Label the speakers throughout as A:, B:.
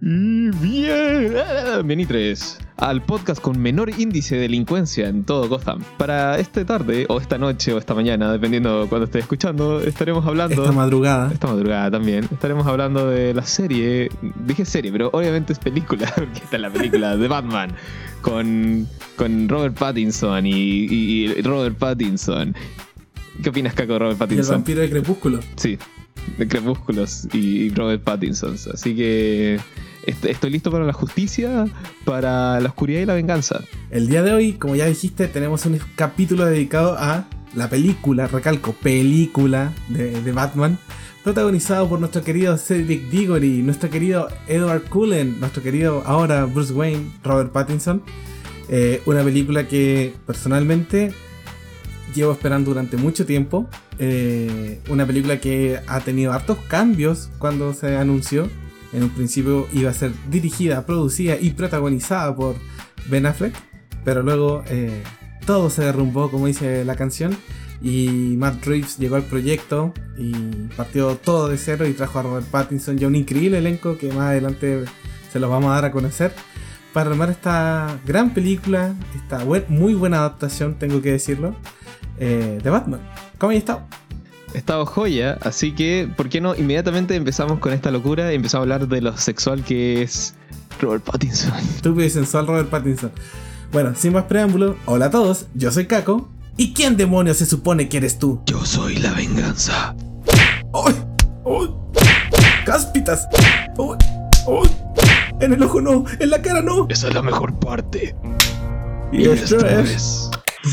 A: Y bienvenidos al podcast con menor índice de delincuencia en todo Gotham. Para esta tarde, o esta noche, o esta mañana, dependiendo de cuando estés escuchando, estaremos hablando...
B: Esta madrugada
A: también. Estaremos hablando de la serie... Dije serie, pero obviamente es película, porque esta es la película de Batman. Con Robert Pattinson y Robert Pattinson. ¿Qué opinas, Caco, de Robert Pattinson?
B: Y el vampiro de Crepúsculo.
A: Sí, de Crepúsculos y Robert Pattinson. Así que estoy listo para la justicia, para la oscuridad y la venganza.
B: El día de hoy, como ya dijiste, tenemos un capítulo dedicado a la película, recalco, película de Batman, protagonizado por nuestro querido Cedric Diggory, nuestro querido Edward Cullen, nuestro querido ahora Bruce Wayne, Robert Pattinson. Una película que personalmente llevo esperando durante mucho tiempo. Una película que ha tenido hartos cambios cuando se anunció. En un principio iba a ser dirigida, producida y protagonizada por Ben Affleck, pero luego todo se derrumbó, como dice la canción, y Matt Reeves llegó al proyecto y partió todo de cero y trajo a Robert Pattinson y a un increíble elenco que más adelante se los vamos a dar a conocer para armar esta gran película, esta muy buena adaptación, tengo que decirlo, de Batman. ¿Cómo has estado?
A: He estado joya, así que, ¿por qué no? Inmediatamente empezamos con esta locura y empezamos a hablar de lo sexual que es Robert Pattinson.
B: Estúpido y sensual Robert Pattinson. Bueno, sin más preámbulos, hola a todos, yo soy Caco. ¿Y quién demonios se supone que eres tú?
A: Yo soy la venganza.
B: ¡Ay! ¡Ay! ¡Cáspitas! ¡Ay! ¡Ay! En el ojo no, en la cara no.
A: Esa es la mejor parte.
B: Y esto es...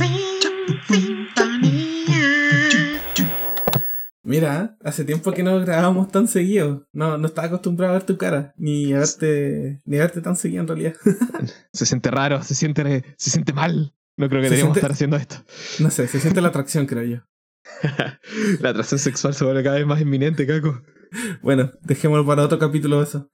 B: Mira, hace tiempo que no grabábamos tan seguido. No estaba acostumbrado a ver tu cara, ni a verte tan seguido en realidad.
A: Se siente raro, se siente mal. No creo que deberíamos estar haciendo esto.
B: No sé, se siente la atracción, creo yo.
A: La atracción sexual se vuelve cada vez más inminente, Caco.
B: Bueno, dejémoslo para otro capítulo eso.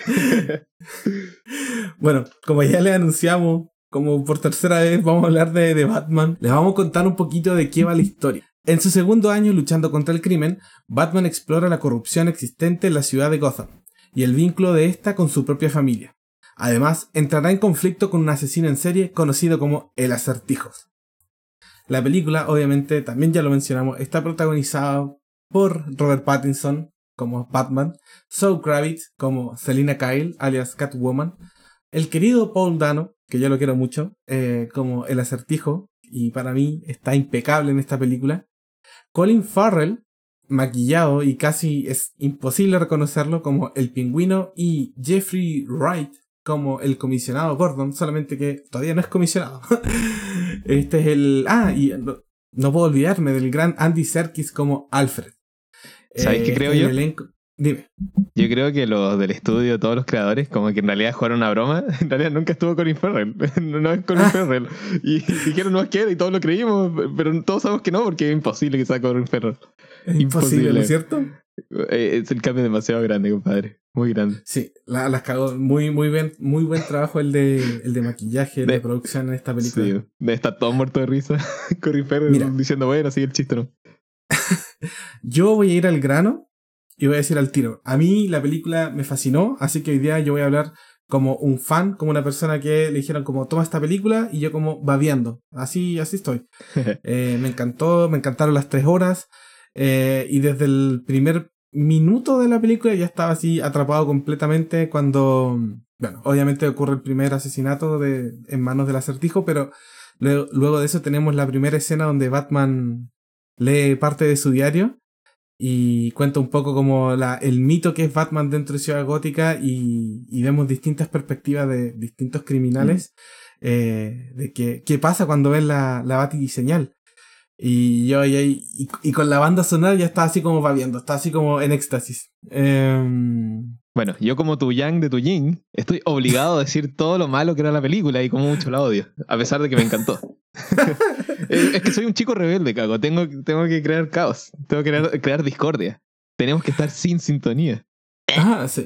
B: Bueno, como ya le anunciamos, como por tercera vez vamos a hablar de Batman, les vamos a contar un poquito de qué va la historia. En su segundo año luchando contra el crimen, Batman explora la corrupción existente en la ciudad de Gotham y el vínculo de esta con su propia familia. Además, entrará en conflicto con un asesino en serie conocido como el Acertijo. La película, obviamente, también ya lo mencionamos, está protagonizada por Robert Pattinson como Batman, Zoe Kravitz como Selina Kyle, alias Catwoman, el querido Paul Dano, que yo lo quiero mucho, como el Acertijo, y para mí está impecable en esta película, Colin Farrell, maquillado y casi es imposible reconocerlo como el Pingüino, y Jeffrey Wright como el comisionado Gordon, solamente que todavía no es comisionado. Este es el... y no puedo olvidarme del gran Andy Serkis como Alfred.
A: ¿Sabéis qué creo yo?
B: Elenco... Dime.
A: Yo creo que los del estudio, todos los creadores, como que en realidad jugaron una broma. En realidad nunca estuvo Colin Farrell. No es Colin Farrell. Y dijeron no es que era y todos lo creímos, pero todos sabemos que no, porque es imposible que sea Colin Farrell.
B: Es imposible, ¿no es cierto?
A: Es el cambio demasiado grande, compadre. Muy grande.
B: Sí, las cagó. Muy buen trabajo el de maquillaje, de producción en esta película.
A: Sí, está todo muerto de risa. Colin Farrell diciendo, bueno, sigue el chiste, ¿no?
B: Yo voy a ir al grano y voy a decir al tiro. A mí la película me fascinó, así que hoy día yo voy a hablar como un fan, como una persona que le dijeron como toma esta película y yo como babeando. Así estoy. Me encantaron las 3 horas y desde el primer minuto de la película ya estaba así atrapado completamente cuando, bueno, obviamente ocurre el primer asesinato en manos del Acertijo, pero luego de eso tenemos la primera escena donde Batman lee parte de su diario y cuenta un poco como el mito que es Batman dentro de Ciudad Gótica y vemos distintas perspectivas de distintos criminales de qué pasa cuando ven la batiseñal. Y yo y con la banda sonora ya estaba así como babeando, estaba así como en éxtasis.
A: Bueno, yo como tu yang de tu yin, estoy obligado a decir todo lo malo que era la película y como mucho la odio, a pesar de que me encantó. Es que soy un chico rebelde, Caco. Tengo que crear caos. Tengo que crear discordia. Tenemos que estar sin sintonía.
B: Sí.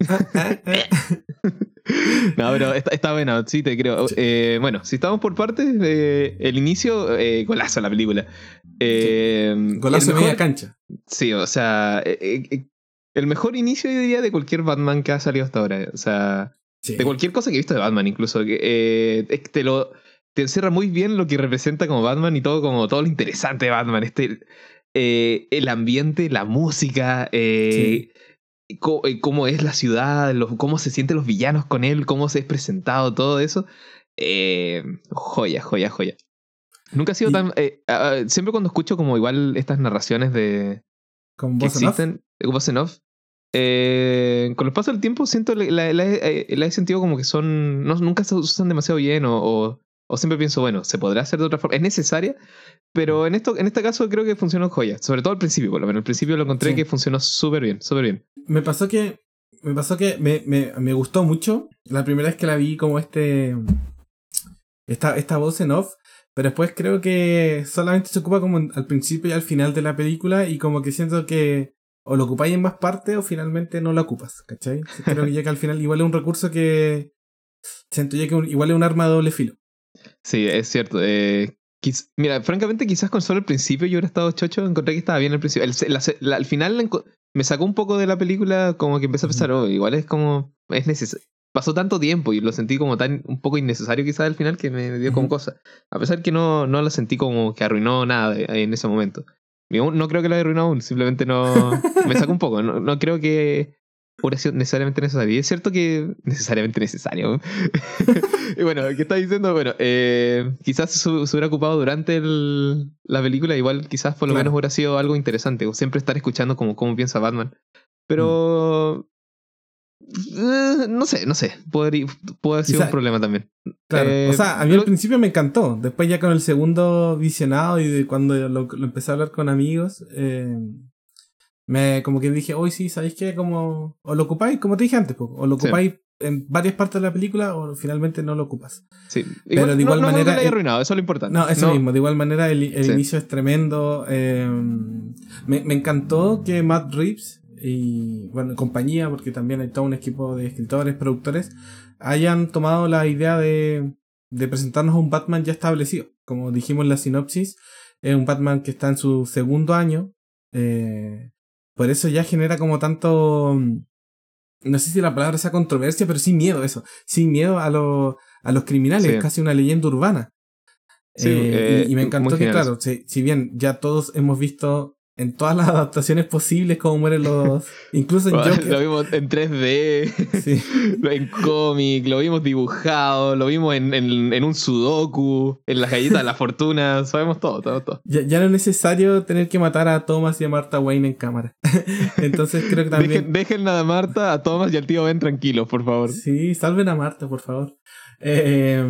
A: No, pero está buena, sí te creo. Bueno, si estamos por partes, el inicio, golazo la película.
B: Golazo de media cancha.
A: Sí, o sea, el mejor inicio, yo diría, de cualquier Batman que ha salido hasta ahora. O sea,
B: Sí.
A: de cualquier cosa que he visto de Batman, incluso. Es que te encierra muy bien lo que representa como Batman y todo, como todo lo interesante de Batman. El ambiente, la música,
B: Sí.
A: cómo es la ciudad, cómo se sienten los villanos con él, cómo se es presentado, todo eso. Joya, joya, joya. Nunca ha sido
B: Y
A: tan... siempre cuando escucho como igual estas narraciones de
B: con
A: que
B: voz en off.
A: existen, voz en off, con el paso del tiempo siento la he sentido como que son... nunca se usan demasiado bien o siempre pienso, bueno, se podrá hacer de otra forma. Es necesaria, pero en este caso creo que funcionó joya. Sobre todo al principio, por lo menos. Al principio lo encontré que
B: Sí.
A: funcionó súper bien, súper bien.
B: Me pasó que me gustó mucho la primera vez que la vi como esta voz en off, pero después creo que solamente se ocupa como al principio y al final de la película y como que siento que o lo ocupáis en más partes o finalmente no lo ocupas, ¿cachai? Creo que ya que al final igual es un recurso que siento ya que igual es un arma de doble filo.
A: Sí, es cierto. Mira, francamente, quizás con solo el principio yo hubiera estado chocho. Encontré que estaba bien al principio. Al final me sacó un poco de la película, como que empecé a pensar, oh, igual es como. Es necesario. Pasó tanto tiempo y lo sentí como tan un poco innecesario quizás al final que me dio como cosa. A pesar que no la sentí como que arruinó nada en ese momento. No creo que lo haya arruinado aún, simplemente no. Me sacó un poco. No creo que hubiera sido necesariamente necesario. Y es cierto que necesariamente necesario. Y bueno, ¿qué estás diciendo? Bueno, quizás se hubiera ocupado durante la película, igual quizás por lo menos
B: Claro.
A: hubiera sido algo interesante, o siempre estar escuchando como cómo piensa Batman.
B: Mm.
A: Pero no sé, puede haber sido un
B: Quizá,
A: problema también.
B: claro. O sea, a mí al principio me encantó. Después ya con el segundo visionado y de cuando lo empecé a hablar con amigos, como que dije, hoy sí, ¿sabéis qué? Como, o lo ocupáis, como te dije antes, o lo
A: Sí,
B: ocupáis en varias partes de la película o finalmente no lo ocupas.
A: sí.
B: Pero
A: Igual
B: de igual
A: no creo que
B: manera,
A: le haya arruinado, eso es lo
B: no,
A: importante.
B: eso
A: No,
B: mismo, de igual manera el
A: sí,
B: inicio es tremendo. Me encantó que Matt Reeves y, bueno, compañía, porque también hay todo un equipo de escritores, productores, hayan tomado la idea de presentarnos a un Batman ya establecido. Como dijimos en la sinopsis, es un Batman que está en su segundo año. Por eso ya genera como tanto... No sé si la palabra sea controversia, pero sí miedo eso. Sí miedo a los criminales, es
A: sí,
B: casi una leyenda urbana.
A: sí,
B: Y me
A: muy
B: encantó que,
A: genial eso.
B: claro, si bien ya todos hemos visto en todas las adaptaciones posibles cómo mueren los... Incluso en
A: Lo
B: Joker.
A: vimos en 3D,
B: Sí.
A: en cómic, lo vimos dibujado, lo vimos en un sudoku, en las galletas de la fortuna, sabemos todo, todo, todo.
B: Ya no es necesario tener que matar a Thomas y a Martha Wayne en cámara. Entonces creo que también...
A: Dejen a Marta, a Thomas y al tío Ben tranquilos, por favor.
B: Sí, salven a Martha, por favor. Eh,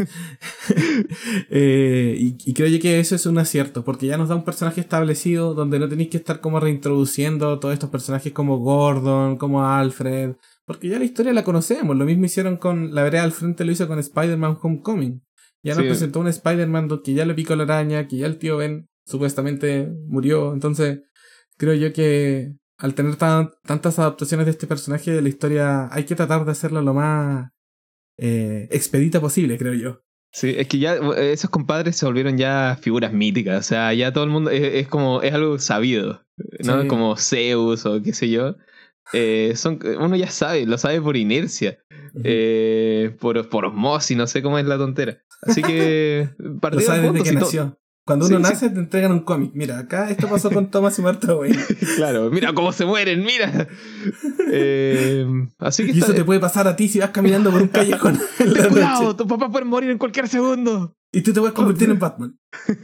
B: y creo yo que eso es un acierto, porque ya nos da un personaje establecido donde no tenéis que estar como reintroduciendo todos estos personajes como Gordon, como Alfred, porque ya la historia la conocemos. Lo mismo hicieron con la vereda al frente, lo hizo con Spider-Man Homecoming. Ya nos
A: Sí,
B: presentó un Spider-Man que ya le picó la araña, que ya el tío Ben supuestamente murió. Entonces, creo yo que al tener tantas adaptaciones de este personaje de la historia, hay que tratar de hacerlo lo más expedita posible, creo yo.
A: sí, es que ya esos compadres se volvieron ya figuras míticas, o sea, ya todo el mundo es algo sabido, ¿no?
B: Sí.
A: Como Zeus o qué sé yo. Uno ya sabe, lo sabe por inercia,
B: Ujú.
A: por osmosis, no sé cómo es la tontera. Así que
B: Lo
A: partieron
B: sabes desde
A: juntos
B: que
A: y todo.
B: nació. Cuando uno
A: Sí, sí,
B: nace te entregan un cómic. Mira, acá esto pasó con Thomas y Martha Wayne.
A: claro, mira cómo se mueren, mira. Así que
B: Y eso te puede pasar a ti si vas caminando por un callejón en
A: ten
B: la
A: cuidado,
B: noche.
A: tus papás pueden morir en cualquier segundo.
B: Y tú te puedes convertir en Batman.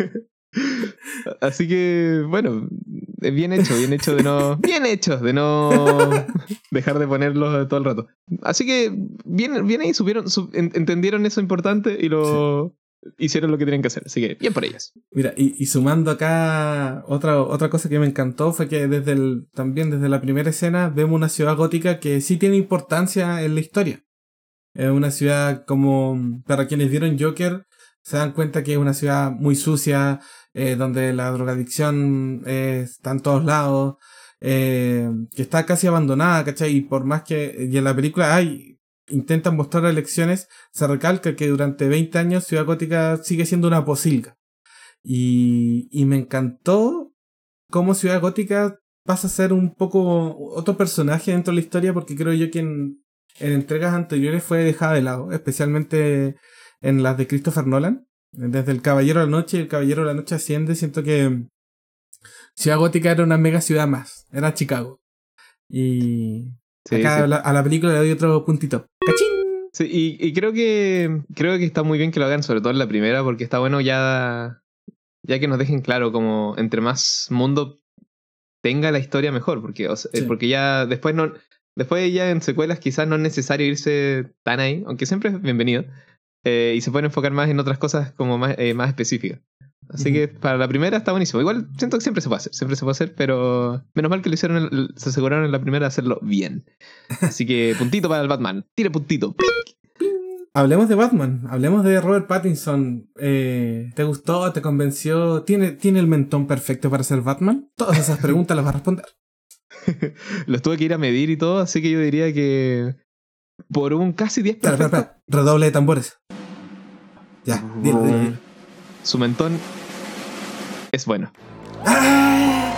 A: Así que, bueno, bien hecho de no. Bien hecho de no dejar de ponerlos todo el rato. Así que, bien ahí, entendieron eso importante y
B: Sí.
A: lo hicieron lo que tenían que hacer. Así que, bien por ellas.
B: Mira, y sumando acá otra cosa que me encantó fue que también desde la primera escena vemos una ciudad gótica que sí tiene importancia en la historia. Es una ciudad como, para quienes vieron Joker, se dan cuenta que es una ciudad muy sucia, donde la drogadicción está en todos lados, que está casi abandonada, ¿cachai? Y por más que y en la película intentan mostrar elecciones, se recalca que durante 20 años Ciudad Gótica sigue siendo una pocilga. Y me encantó cómo Ciudad Gótica pasa a ser un poco otro personaje dentro de la historia, porque creo yo que en entregas anteriores fue dejada de lado, especialmente en las de Christopher Nolan. Desde El Caballero de la Noche y El Caballero de la Noche Asciende, siento que Ciudad Gótica era una mega ciudad más, era Chicago. Y
A: Sí,
B: acá
A: sí.
B: a la película le doy otro puntito. ¡Cachín!
A: Sí, y creo que está muy bien que lo hagan, sobre todo en la primera, porque está bueno ya que nos dejen claro como entre más mundo tenga la historia mejor, porque,
B: Sí.
A: porque ya después ya en secuelas quizás no es necesario irse tan ahí, aunque siempre es bienvenido, y se pueden enfocar más en otras cosas como más específicas. Así
B: Ujú.
A: que para la primera está buenísimo. Igual siento que siempre se puede hacer, pero menos mal que lo hicieron, se aseguraron en la primera de hacerlo bien. Así que puntito para el Batman. Tire puntito.
B: Hablemos de Batman, hablemos de Robert Pattinson. ¿Te gustó? ¿Te convenció? ¿Tiene el mentón perfecto para ser Batman? Todas esas preguntas las va a responder.
A: Los tuve que ir a medir y todo, así que yo diría que por un casi 10
B: Espera, espera,
A: perfecto.
B: espera. Redoble de tambores. Ya, dilo.
A: Su mentón es bueno,
B: ¡Ah!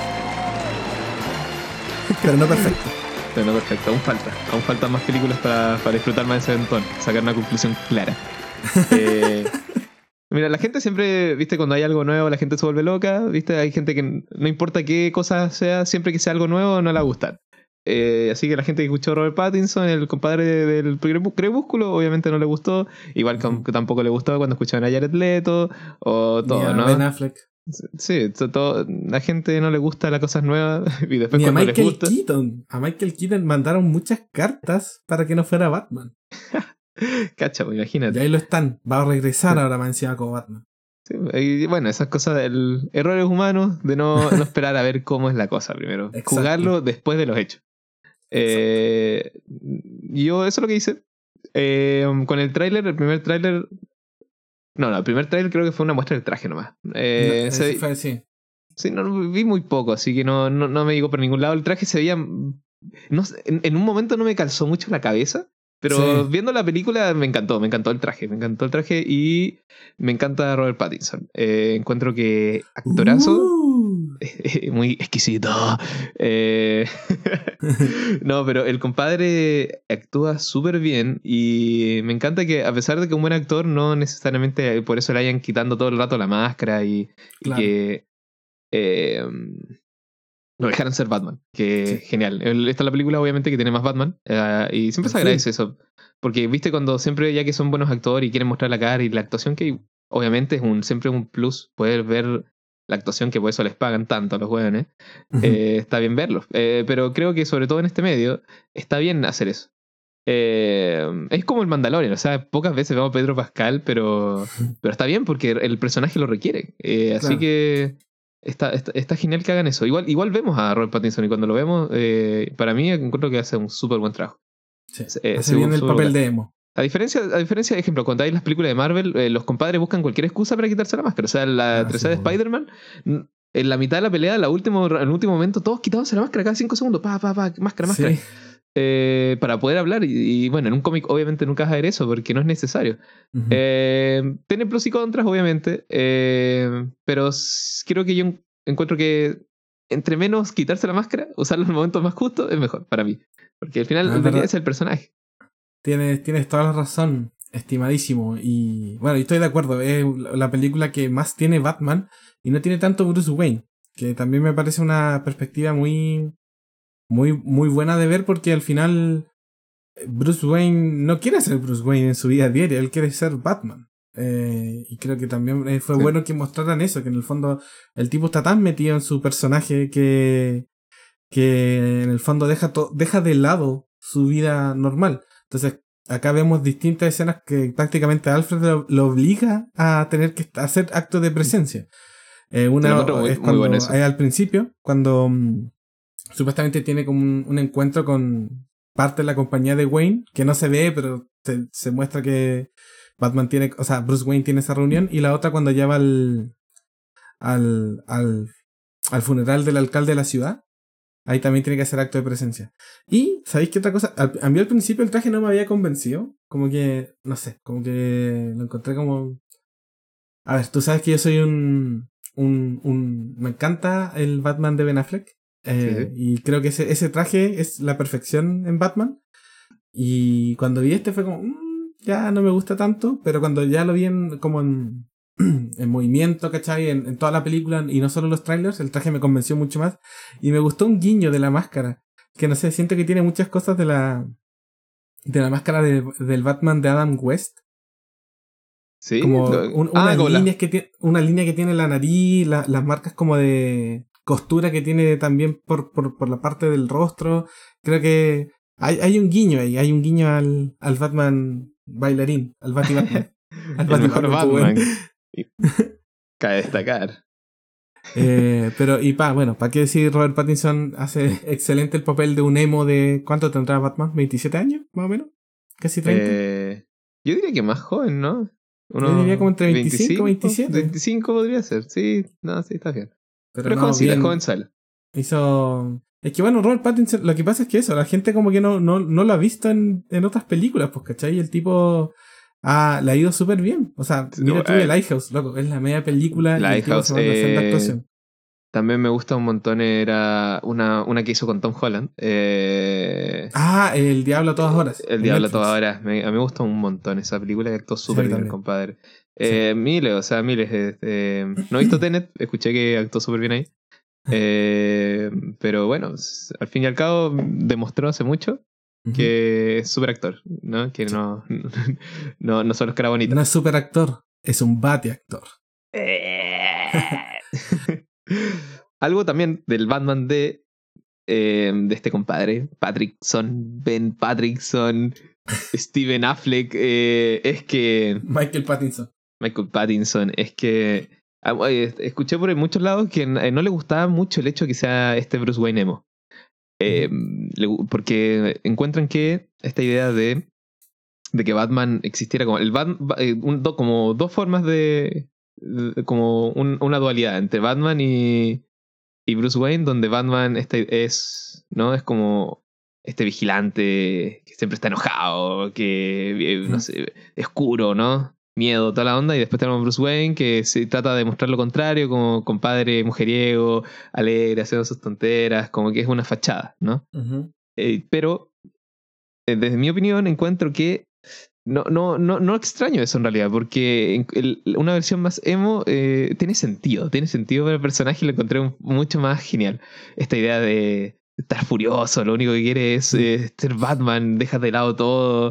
B: Pero no perfecto.
A: pero no perfecto. Aún faltan más películas para disfrutar más de ese mentón, sacar una conclusión clara. Eh, Mira, la gente siempre, viste, cuando hay algo nuevo, la gente se vuelve loca, viste, hay gente que no importa qué cosa sea, siempre que sea algo nuevo, no le va a gustar. Así que la gente que escuchó a Robert Pattinson, el compadre del Crepúsculo, obviamente no le gustó, igual que tampoco le gustó cuando escuchaban a Jared Leto, o
B: Ni
A: todo,
B: a Ben
A: ¿no?
B: Affleck.
A: Sí, la gente no le gusta las cosas nuevas, y después
B: Ni a
A: cuando les
B: Michael
A: gusta,
B: Keaton. A Michael Keaton mandaron muchas cartas para que no fuera Batman.
A: cacha, pues,
B: Y
A: imagínate.
B: ahí lo están. Va a regresar ahora más encima como Batman.
A: Sí, y bueno, esas cosas del errores humanos, de no esperar a ver cómo es la cosa primero,
B: Exacto.
A: jugarlo después de los hechos.
B: Exacto.
A: Yo eso es lo que hice. Con el tráiler, el primer tráiler. No, el primer tráiler creo que fue una muestra del traje nomás.
B: No, eso fue así.
A: Sí, no, vi muy poco, así que no me llegó por ningún lado. El traje se veía. No sé, en un momento no me calzó mucho la cabeza, pero
B: Sí.
A: viendo la película me encantó el traje, y me encanta Robert Pattinson. Encuentro que actorazo,
B: Uh.
A: muy exquisito. Eh, no, pero el compadre actúa súper bien y me encanta que a pesar de que es un buen actor, no necesariamente por eso le hayan quitando todo el rato la máscara y
B: Claro.
A: que eh, lo dejaron ser Batman. Que
B: Sí.
A: genial. Esta es la película obviamente que tiene más Batman y siempre
B: Por
A: se agradece
B: fin.
A: eso. Porque viste cuando siempre ya que son buenos actores y quieren mostrar la cara y la actuación que obviamente es siempre un plus poder ver la actuación que por eso les pagan tanto a los jóvenes.
B: Ujú.
A: Está bien verlos. Pero creo que sobre todo en este medio está bien hacer eso. Es como el Mandalorian, o sea, pocas veces vemos a Pedro Pascal, pero está bien porque el personaje lo requiere. Así
B: Claro.
A: que está genial que hagan eso. Igual vemos a Robert Pattinson y cuando lo vemos, para mí encuentro que hace un súper buen trabajo.
B: Sí. Hace bien el
A: Súper
B: papel
A: vocal.
B: de emo.
A: A diferencia, de ejemplo, cuando hay las películas de Marvel, los compadres buscan cualquier excusa para quitarse la máscara. O sea, en la
B: Ah, sí,
A: tercera de
B: obvio.
A: Spider-Man, en la mitad de la pelea, en el último momento, todos quitándose la máscara cada 5 segundos. Máscara, máscara.
B: Sí.
A: Para poder hablar. Y bueno, en un cómic obviamente nunca vas a ver eso porque no es necesario.
B: Ujú.
A: Tiene pros y contras, obviamente. Pero creo que yo encuentro que entre menos quitarse la máscara, usarlo en los momentos más justos, es mejor para mí. Porque al
B: No,
A: final
B: es
A: del día es
B: verdad.
A: el personaje.
B: Tienes toda la razón, estimadísimo. Y bueno, yo estoy de acuerdo. Es la película que más tiene Batman y no tiene tanto Bruce Wayne. Que también me parece una perspectiva muy buena de ver porque al final Bruce Wayne no quiere ser Bruce Wayne en su vida diaria, él quiere ser Batman. Y creo que también fue
A: Sí,
B: bueno que mostraran eso, que en el fondo el tipo está tan metido en su personaje que en el fondo deja de lado su vida normal. Entonces, acá vemos distintas escenas que prácticamente Alfred lo obliga a tener que hacer actos de presencia.
A: te lo
B: Una
A: encuentro muy,
B: es
A: muy bueno
B: cuando,
A: eso.
B: al principio, cuando supuestamente tiene como un encuentro con parte de la compañía de Wayne, que no se ve, pero se muestra que Batman tiene, o sea, Bruce Wayne tiene esa reunión, y la otra cuando ya va al, al, al funeral del alcalde de la ciudad. Ahí también tiene que hacer acto de presencia. Y, ¿sabéis qué otra cosa? A mí al principio el traje no me había convencido. Como que, no sé, como que lo encontré como... A ver, tú sabes que yo soy me encanta el Batman de Ben Affleck.
A: Sí.
B: Y creo que ese traje es la perfección en Batman. Y cuando vi fue como, ya no me gusta tanto, pero cuando ya lo vi como en, en movimiento, ¿cachai? En toda la película y no solo los trailers, el traje me convenció mucho más. Y me gustó un guiño de la máscara, que no sé, siento que tiene muchas cosas de la máscara del Batman de Adam West.
A: ¿Sí?
B: Como unas
A: Como
B: líneas que tiene, una línea que tiene en la nariz, las marcas como de costura que tiene también por la parte del rostro. Creo que hay un guiño ahí, hay un guiño al Batman bailarín, al Batman. Al
A: el mejor
B: Batman, pues, bueno.
A: Batman. Y cabe destacar.
B: Pero, bueno, ¿para qué decir? Robert Pattinson hace excelente el papel de un emo de... ¿Cuánto tendrá Batman? ¿27 años, más o menos? ¿Casi 30?
A: Yo diría que más joven, ¿no?
B: Yo diría como entre 25 y
A: 25,
B: 27.
A: 25 podría ser, sí, no, sí, está bien. Pero es
B: no,
A: jovencita, es
B: bien,
A: jovenzuela.
B: hizo... Es que bueno, Robert Pattinson, lo que pasa es que eso, la gente como que no lo ha visto en otras películas, pues, ¿cachai? El tipo le ha ido súper bien. O sea, mira tú The Lighthouse, loco, es la media película y el tipo
A: Lighthouse,
B: se manda a hacer la actuación.
A: también me gusta un montón, era una que hizo con Tom Holland.
B: El Diablo a todas horas.
A: El
B: En
A: Diablo a todas
B: Netflix.
A: horas. A mí me gusta un montón esa película que actuó
B: Sí, a
A: súper
B: mí
A: bien el
B: también.
A: compadre.
B: Sí.
A: Miles, o sea, miles. No he visto Tenet, escuché que actuó súper bien ahí. Pero bueno, al fin y al cabo demostró hace mucho
B: Ujú.
A: que es súper actor, ¿no? Que
B: Sí.
A: no solo es cara bonita.
B: No es super actor, es un bate actor.
A: Algo también del Batman de este compadre, Ben Patrickson, Steven Affleck, es que
B: Michael Pattinson.
A: Michael Pattinson, es que escuché por muchos lados que no le gustaba mucho el hecho de que sea este Bruce Wayne emo.
B: Ujú.
A: Porque encuentran que esta idea de que Batman existiera como como dos formas como una dualidad entre Batman y Bruce Wayne, donde Batman ¿no? Es como este vigilante que siempre está enojado, que no sé, oscuro, ¿no? Miedo, toda la onda, y después tenemos a Bruce Wayne que se trata de mostrar lo contrario, como compadre mujeriego, alegre, haciendo sus tonteras, como que es una fachada, ¿no?
B: Ujú.
A: Pero desde mi opinión encuentro que no extraño eso en realidad, porque una versión más emo tiene sentido para el personaje y lo encontré mucho más genial. Esta idea de estar furioso, lo único que quiere es ser Batman, deja de lado todo.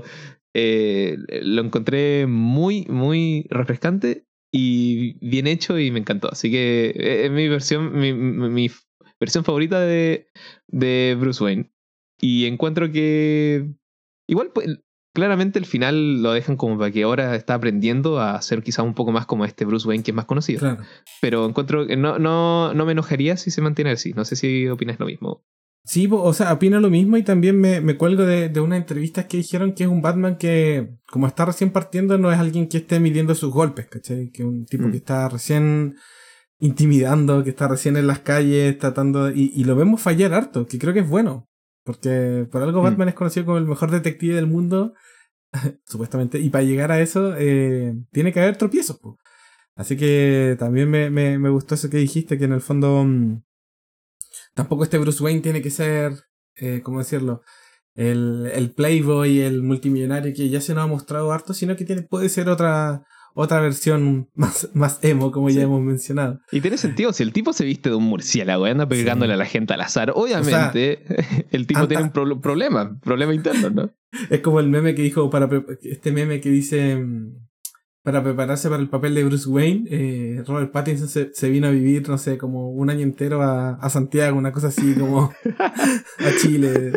A: Lo encontré muy, muy refrescante y bien hecho y me encantó. Así que es mi versión favorita de Bruce Wayne. Y encuentro que igual, pues, claramente el final lo dejan como para que ahora está aprendiendo a ser quizá un poco más como este Bruce Wayne que es más conocido.
B: Claro.
A: Pero encuentro que no me enojaría si se mantiene así. No sé si opinas lo mismo.
B: Sí, o sea, opino lo mismo y también me cuelgo de unas entrevistas que dijeron que es un Batman que, como está recién partiendo, no es alguien que esté midiendo sus golpes, ¿cachai? Que es un tipo que está recién intimidando, que está recién en las calles, tratando, y lo vemos fallar harto, que creo que es bueno, porque por algo Batman es conocido como el mejor detective del mundo, supuestamente, y para llegar a eso tiene que haber tropiezos, po. Así que también me gustó eso que dijiste, que en el fondo tampoco este Bruce Wayne tiene que ser, ¿cómo decirlo? El playboy, el multimillonario que ya se nos ha mostrado harto, sino que puede ser otra versión más emo, como ya
A: Sí.
B: hemos mencionado.
A: Y tiene sentido, si el tipo se viste de un murciélago y anda pegándole a la gente al azar, obviamente
B: O sea,
A: el tipo tiene un problema interno, ¿no?
B: es como el meme que dijo, este meme que dice, para prepararse para el papel de Bruce Wayne, Robert Pattinson se vino a vivir, no sé, como un año entero a Santiago, una cosa así, como a Chile.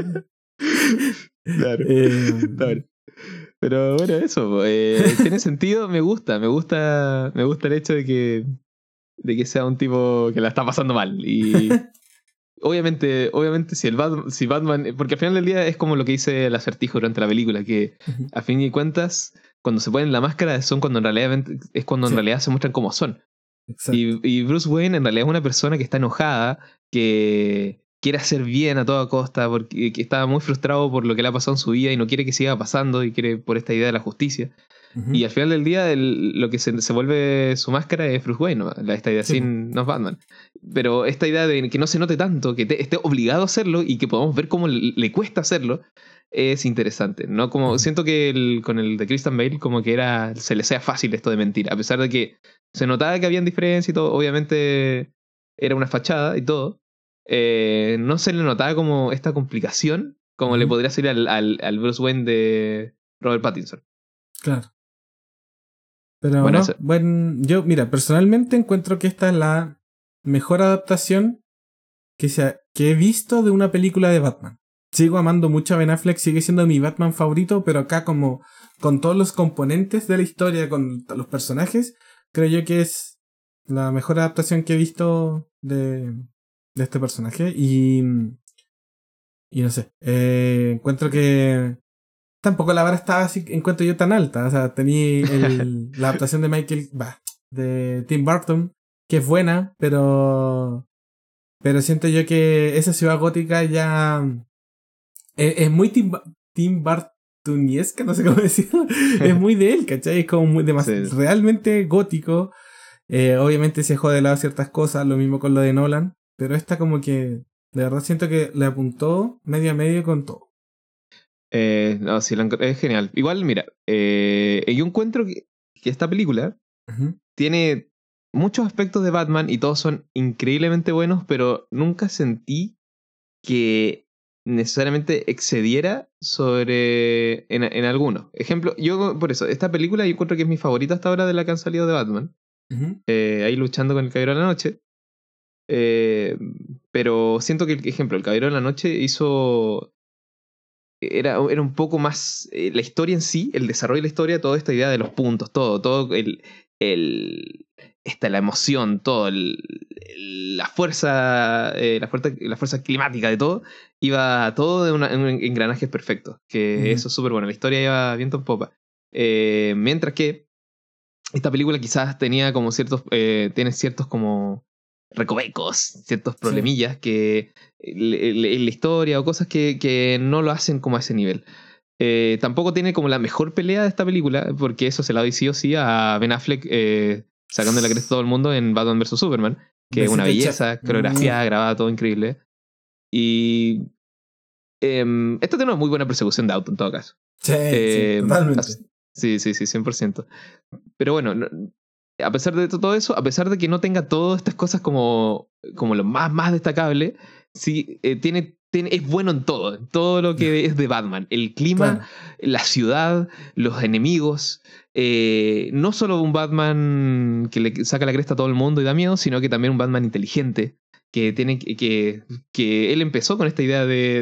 A: Claro. Claro. Pero bueno, eso, tiene sentido, me gusta el hecho de que sea un tipo que la está pasando mal. Y obviamente si Batman, porque al final del día es como lo que dice el Acertijo durante la película, que a fin de cuentas, cuando se ponen la máscara son cuando en realidad es cuando en
B: Sí,
A: realidad se muestran como son.
B: exacto.
A: Y Bruce Wayne en realidad es una persona que está enojada, que quiere hacer bien a toda costa, porque que está muy frustrado por lo que le ha pasado en su vida y no quiere que siga pasando y quiere por esta idea de la justicia.
B: Ujú.
A: Y al final del día lo que se vuelve su máscara es Bruce Wayne, ¿no? Esta idea
B: Sí,
A: sin no es Batman. Pero esta idea de que no se note tanto, que esté obligado a hacerlo y que podamos ver cómo le cuesta hacerlo, es interesante. ¿No? Como
B: ujú.
A: siento que con el de Christian Bale como que se le sea fácil esto de mentir. A pesar de que se notaba que habían diferencias y todo, obviamente era una fachada y todo. No se le notaba como esta complicación como le
B: Ujú.
A: podría ser al Bruce Wayne de Robert Pattinson.
B: Claro. Pero
A: Bueno, eso.
B: no, bueno, yo, mira, personalmente encuentro que esta es la mejor adaptación que he visto de una película de Batman. Sigo amando mucho a Ben Affleck, sigue siendo mi Batman favorito, pero acá como con todos los componentes de la historia, con los personajes, creo yo que es la mejor adaptación que he visto de este personaje. Y no sé, encuentro que tampoco la vara estaba así, encuentro yo tan alta. O sea, tenía la adaptación de Tim Burton, que es buena, pero siento yo que esa ciudad gótica ya es muy Tim Burtoniesca, no sé cómo decirlo. Es muy de él, ¿cachai? Es como
A: Sí.
B: realmente gótico. Obviamente se dejó de lado ciertas cosas, lo mismo con lo de Nolan, pero esta como que de verdad siento que le apuntó medio a medio con todo.
A: No, sí, es genial. Igual, mira, yo encuentro que esta película
B: Ujú,
A: tiene muchos aspectos de Batman y todos son increíblemente buenos, pero nunca sentí que necesariamente excediera en alguno. Ejemplo, yo por eso, esta película yo encuentro que es mi favorita hasta ahora de la que han salido de Batman.
B: ujú.
A: Ahí luchando con el Caballero de la Noche. Eh, pero siento que, ejemplo, el Caballero de la Noche hizo era un poco más la historia en sí, el desarrollo de la historia, toda esta idea de los puntos, todo el la emoción, todo la fuerza climática de todo, iba todo en un engranaje perfecto, que
B: Ujú.
A: eso es súper bueno, la historia iba viento en popa. Mientras que esta película quizás tenía como tiene ciertos como recovecos, ciertos
B: Sí.
A: problemillas que en la historia o cosas que no lo hacen como a ese nivel. Tampoco tiene como la mejor pelea de esta película, porque eso se la doy sí o sí a Ben Affleck sacando la cresta a todo el mundo en Batman vs. Superman, que es una
B: Besito, chef.
A: belleza, coreografiada, grabada, todo increíble. Y esto tiene una muy buena persecución de auto en todo caso.
B: Sí, sí,
A: Eh,
B: totalmente.
A: sí, sí, sí, 100%. Pero bueno, a pesar de todo eso, a pesar de que no tenga todas estas cosas como lo más destacable, sí es bueno en todo lo que es de Batman. El clima,
B: Claro.
A: la ciudad, los enemigos. No solo un Batman que le saca la cresta a todo el mundo y da miedo, sino que también un Batman inteligente. Que tiene que él empezó con esta idea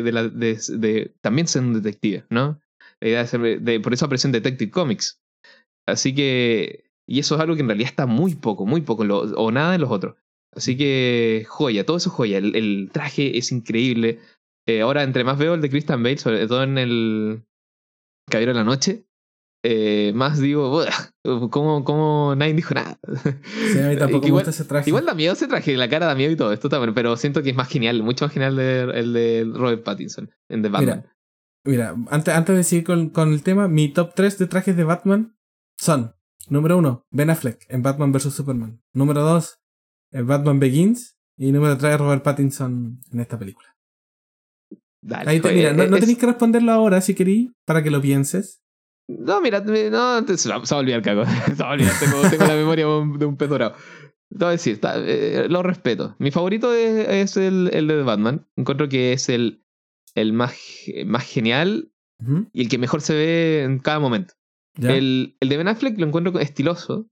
A: de también ser un detective, ¿no? La idea por eso apareció en Detective Comics. Así que, y eso es algo que en realidad está muy poco, o nada en los otros. Así que, joya, todo eso es joya. El traje es increíble. Ahora, entre más veo el de Christian Bale, sobre todo en el Caballero de la Noche, más digo, "Buah, ¿cómo nadie dijo nada?"
B: Sí, a mí
A: Y
B: tampoco
A: que
B: me gusta
A: igual,
B: ese traje.
A: igual da miedo ese traje, la cara da miedo y todo, esto también, pero siento que es más genial, mucho más genial el de Robert Pattinson, en The Batman.
B: Mira, mira, antes de seguir con el tema, mi top 3 de trajes de Batman son: número uno, Ben Affleck en Batman vs. Superman. Número 2, Batman Begins. Y número 3, Robert Pattinson en esta película.
A: Dale,
B: Ahí mira, no tenéis que responderlo ahora si queréis, para que lo pienses.
A: No, mira, no, se va a olvidar, cago. Se va a olvidar, tengo la memoria de un pez dorado. Te voy a decir, lo respeto. Mi favorito es el de Batman. Encuentro que es el más genial
B: Ujú.
A: y el que mejor se ve en cada momento.
B: ¿Ya?
A: El de Ben Affleck lo encuentro estiloso,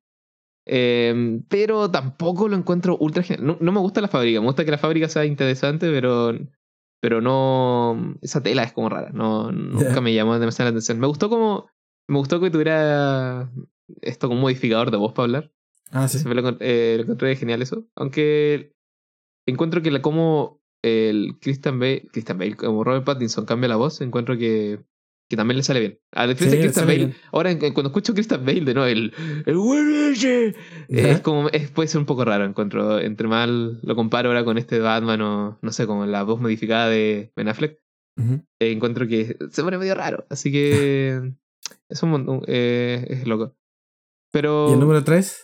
A: pero tampoco lo encuentro ultra genial. No me gusta la fábrica, me gusta que la fábrica sea interesante, pero no. Esa tela es como rara, nunca
B: ¿Ya?
A: me llamó demasiado la atención. Me gustó que tuviera esto como un modificador de voz para hablar.
B: Ah,
A: Se
B: sí.
A: lo encontré genial eso. Aunque encuentro que como el Christian Bale, como Robert Pattinson cambia la voz, encuentro que también le sale bien. A diferencia de
B: Sí,
A: Christian
B: sale
A: Bale,
B: bien.
A: ahora cuando escucho Christian Bale de nuevo, el "Where is he?", es
B: ¿Ya?
A: como, puede ser un poco raro, encuentro. Entre mal lo comparo ahora con este Batman o no sé, con la voz modificada de Ben Affleck,
B: Ujú.
A: encuentro que se pone medio raro. Así que Es un montón, es loco.
B: ¿Y el
A: Pero
B: número 3?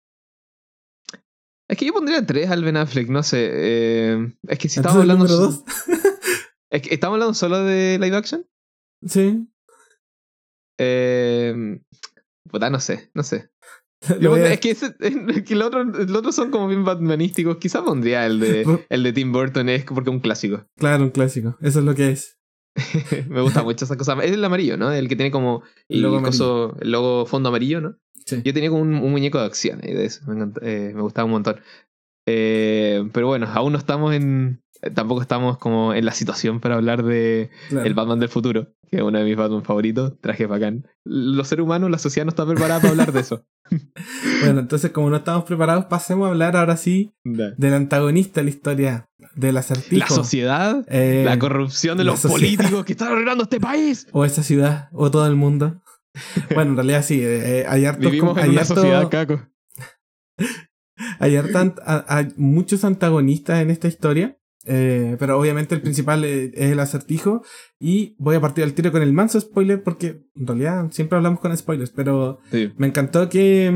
A: es que yo pondría 3 al Ben Affleck, no sé. Es que si estamos
B: Entonces el
A: hablando...
B: número 2.
A: Es que estamos hablando solo de live action.
B: Sí.
A: Puta, no sé.
B: Lo voy a...
A: Es que, es que los otros son como bien batmanísticos. Quizás pondría el de Tim Burton, es porque es un clásico.
B: Claro, un clásico. Eso es lo que es.
A: Me gusta mucho esa cosa. Es el amarillo, ¿no? El que tiene como
B: El logo amarillo.
A: el logo fondo amarillo, ¿no?
B: Sí.
A: Yo tenía como un muñeco de acción de eso. Me gustaba un montón. Pero bueno, aún no estamos tampoco estamos como en la situación para hablar de
B: Claro.
A: el Batman del futuro, que es uno de mis Batman favoritos. Traje bacán. Los seres humanos, la sociedad no está preparada para hablar de eso.
B: Bueno, entonces como no estamos preparados, pasemos a hablar ahora sí
A: Da.
B: del antagonista de la historia, del acertijo.
A: La sociedad, la corrupción de los políticos que están arruinando este país.
B: O esa ciudad, o todo el mundo. Bueno, en realidad sí, hay hartos...
A: Vivimos en una sociedad, Caco.
B: Hay muchos antagonistas en esta historia, pero obviamente el principal es el acertijo. Y voy a partir al tiro con el manso spoiler, porque en realidad siempre hablamos con spoilers, pero
A: Sí.
B: me encantó que...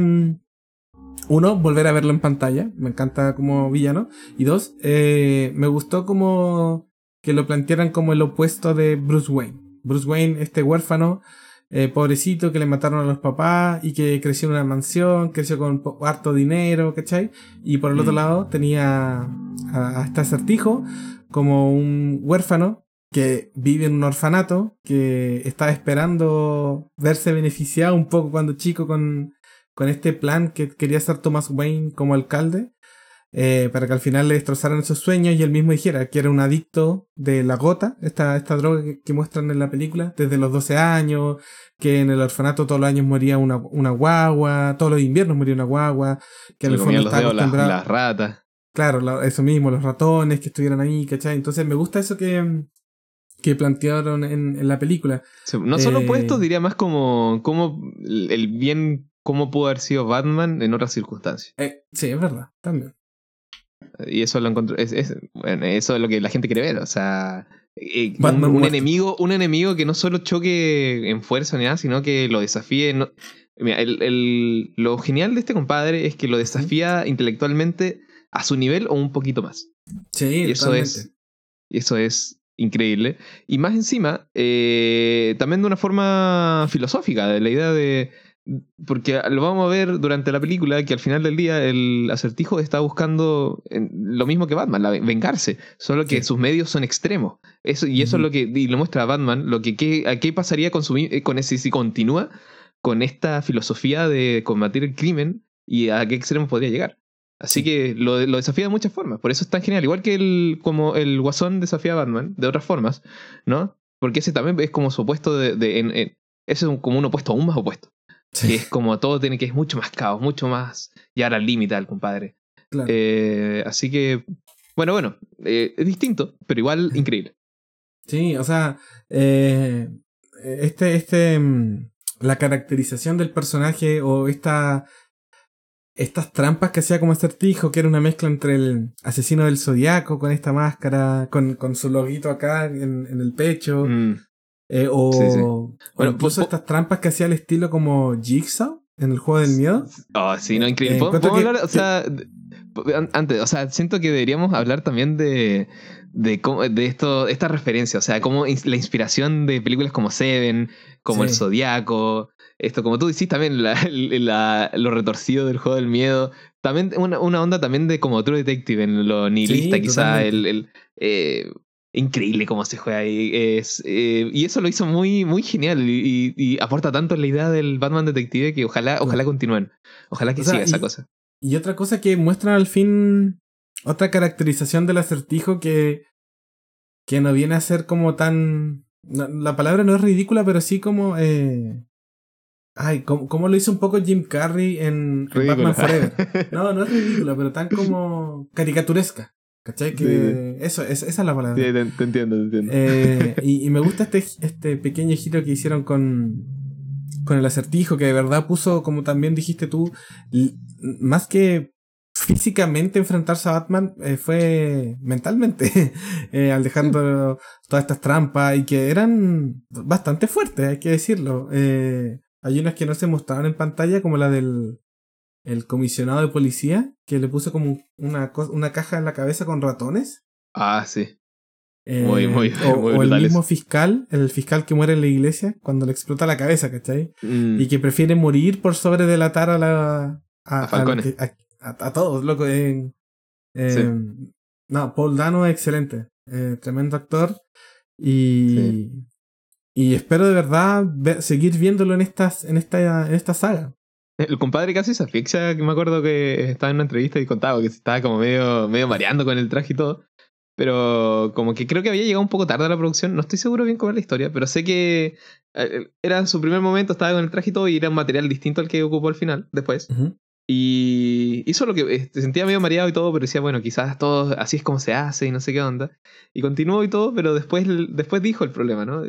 B: uno, volver a verlo en pantalla, me encanta como villano. Y dos, me gustó como que lo plantearan como el opuesto de Bruce Wayne. Bruce Wayne, este huérfano, pobrecito, que le mataron a los papás y que creció en una mansión, creció con harto dinero, ¿cachai? Y por el otro lado tenía a este acertijo como un huérfano que vive en un orfanato, que estaba esperando verse beneficiado un poco cuando chico con este plan que quería hacer Thomas Wayne como alcalde, para que al final le destrozaran esos sueños y él mismo dijera que era un adicto de la gota, esta droga que muestran en la película, desde los 12 años, que en el orfanato todos los años moría una guagua, todos los inviernos moría una guagua, que en el fondo estaba acostumbrado...
A: las ratas.
B: Claro, eso mismo, los ratones que estuvieran ahí, ¿cachai? Entonces me gusta eso que plantearon en la película.
A: Sí, no solo opuestos, diría más como el bien, cómo pudo haber sido Batman en otras circunstancias.
B: Sí, es verdad, también.
A: Y eso lo encontró. Bueno, eso es lo que la gente quiere ver. O sea,
B: Batman
A: un enemigo que no solo choque en fuerza ni nada, sino que lo desafíe. Mira, lo genial de este compadre es que lo desafía intelectualmente a su nivel o un poquito más.
B: Sí,
A: y eso es increíble. Y más encima, también de una forma filosófica, de la idea de... Porque lo vamos a ver durante la película, que al final del día el acertijo está buscando lo mismo que Batman, vengarse, solo que sus medios son extremos. Eso es lo que y lo muestra Batman, a qué pasaría con ese si continúa con esta filosofía de combatir el crimen y a qué extremo podría llegar. Así que lo desafía de muchas formas, por eso es tan genial, igual que como el Guasón desafía a Batman de otras formas, ¿no? Porque ese también es como su opuesto ese es como un opuesto aún más opuesto. Sí. Que es como todo que es mucho más caos, mucho más llegar al límite al compadre. Claro. Así que, bueno, es distinto, pero igual increíble.
B: Sí, o sea, la caracterización del personaje o estas trampas que hacía como acertijo, que era una mezcla entre el asesino del Zodiaco con esta máscara, con su loguito acá en el pecho. Sí. O incluso estas trampas que hacía al estilo como Jigsaw en el juego del miedo.
A: Oh, sí, no, increíble. ¿Podemos hablar? O sea, antes, o sea, siento que deberíamos hablar también de esta referencia. O sea, como la inspiración de películas como Seven, como El Zodiaco. Esto, como tú decís, también lo retorcido del juego del miedo. También una onda también de como True Detective, en lo nihilista, quizá. Increíble cómo se juega ahí. Y eso lo hizo muy, muy genial. Y aporta tanto en la idea del Batman Detective que ojalá continúen. Ojalá que siga esa cosa.
B: Y otra cosa que muestran al fin, otra caracterización del acertijo que no viene a ser como tan... la palabra no es ridícula, pero sí como... como lo hizo un poco Jim Carrey en Batman Forever. No es ridícula, pero tan como caricaturesca. ¿Cachai? Que esa es la palabra.
A: Sí, te entiendo.
B: Y me gusta este pequeño giro que hicieron con el acertijo, que de verdad puso, como también dijiste tú, más que físicamente enfrentarse a Batman fue mentalmente, al dejando todas estas trampas y que eran bastante fuertes, hay que decirlo. Hay unas que no se mostraban en pantalla, como la del el comisionado de policía, que le puso como una caja en la cabeza con ratones.
A: Ah, sí. Muy
B: O el
A: brutal
B: mismo
A: eso.
B: fiscal, el fiscal que muere en la iglesia, cuando le explota la cabeza, ¿cachai?
A: Mm,
B: Y que prefiere morir por sobre delatar a
A: a Falcone.
B: a todos, loco.
A: Sí,
B: No, Paul Dano es excelente. Tremendo actor.
A: sí.
B: Y espero de verdad seguir viéndolo en esta saga.
A: El compadre casi se asfixia, que me acuerdo que estaba en una entrevista y contaba que se estaba como medio mareando con el traje y todo. Pero como que creo que había llegado un poco tarde a la producción. No estoy seguro bien cómo es la historia, pero sé que era su primer momento, estaba con el traje y todo, y era un material distinto al que ocupó al final, después.
B: Ujú.
A: Y hizo lo que se sentía medio mareado y todo, pero decía, bueno, quizás todo así es como se hace y no sé qué onda. Y continuó y todo, pero después dijo el problema, ¿no?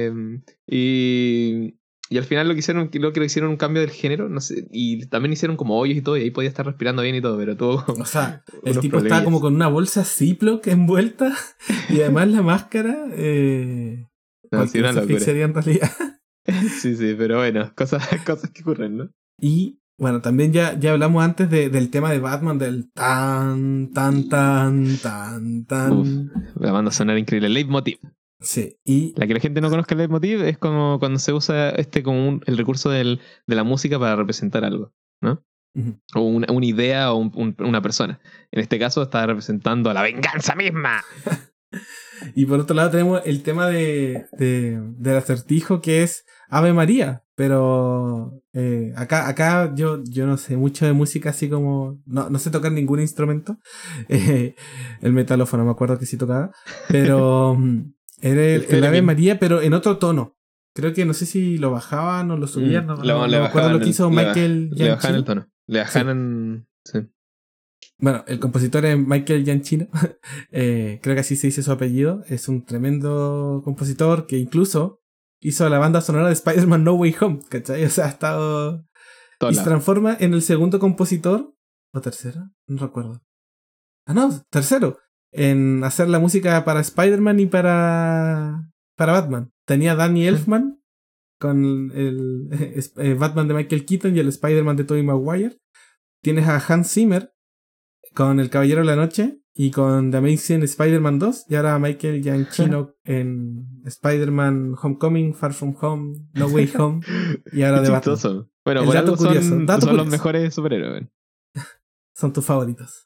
A: Y al final lo que hicieron un cambio del género, no sé, y también hicieron como hoyos y todo, y ahí podía estar respirando bien y todo, pero tuvo
B: O sea, el
A: unos
B: tipo estaba como
A: problemillas.
B: con una bolsa Ziploc envuelta y además la máscara.
A: No, sí,
B: Cualquiera
A: una
B: se
A: locura.
B: asfixiaría en realidad.
A: Sí, sí, pero bueno, cosas que ocurren, ¿no?
B: Y bueno, también ya hablamos antes del tema de Batman, del tan, tan, tan, tan,
A: Uf,
B: tan.
A: la banda sonora increíble. Leitmotiv.
B: Sí, y
A: La que la gente no conozca el leitmotiv es como cuando se usa como el recurso de la música para representar algo, ¿no?
B: ujú.
A: O una idea o una persona. En este caso está representando a la venganza misma.
B: Y por otro lado tenemos el tema del acertijo, que es Ave María. Pero acá yo no sé mucho de música, así como no sé tocar ningún instrumento. Eh, el metalófono me acuerdo que sí tocaba. Pero era
A: El
B: el Ave
A: Theremin.
B: María, pero en otro tono. Creo que no sé si lo bajaban o lo subían,
A: Le
B: no me acuerdo lo
A: bajaban
B: que hizo Michael
A: le bajaban el
B: Giacchino.
A: tono. Le
B: Sí.
A: bajaban. Sí.
B: Bueno, el compositor es Michael Giacchino. Creo que así se dice su apellido. Es un tremendo compositor que incluso hizo la banda sonora de Spider-Man No Way Home, ¿cachai? O sea, ha estado...
A: Todos
B: Y se
A: lados.
B: transforma en el segundo compositor, ¿o tercero? No recuerdo. Ah, no, tercero. En hacer la música para Spider-Man y para Batman. Tenía Danny Elfman con el Batman de Michael Keaton y el Spider-Man de Tobey Maguire. Tienes a Hans Zimmer con El Caballero de la Noche y con The Amazing Spider-Man 2. Y ahora Michael Giacchino en Spider-Man Homecoming, Far From Home, No Way Home y ahora
A: Qué
B: de Batman.
A: chistoso. Bueno,
B: El
A: por
B: dato
A: algo
B: curioso, dato
A: son los
B: curioso.
A: mejores superhéroes.
B: Son tus favoritos.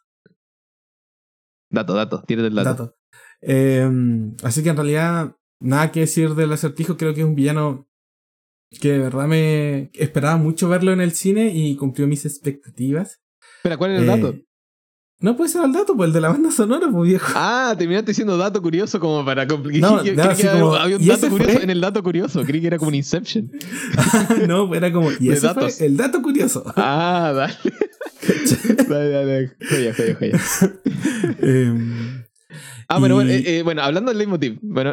A: Dato, tírate el dato.
B: Dato. Así que en realidad, nada que decir del acertijo. Creo que es un villano que de verdad me esperaba mucho verlo en el cine y cumplió mis expectativas.
A: Espera, ¿cuál es el dato?
B: No puede ser el dato, pues el de la banda sonora, pues viejo.
A: Ah, terminaste diciendo dato curioso como para
B: No,
A: complicar.
B: no,
A: Creí que
B: así como.
A: había un
B: Y
A: dato
B: ese
A: curioso
B: fue.
A: en el dato curioso. Creí que era como un Inception
B: No, era como. Y
A: de
B: ese fue
A: datos.
B: el dato curioso.
A: Ah, dale. Dale. Joya.
B: Em,
A: Bueno,
B: y.
A: bueno, hablando del leitmotiv. Bueno,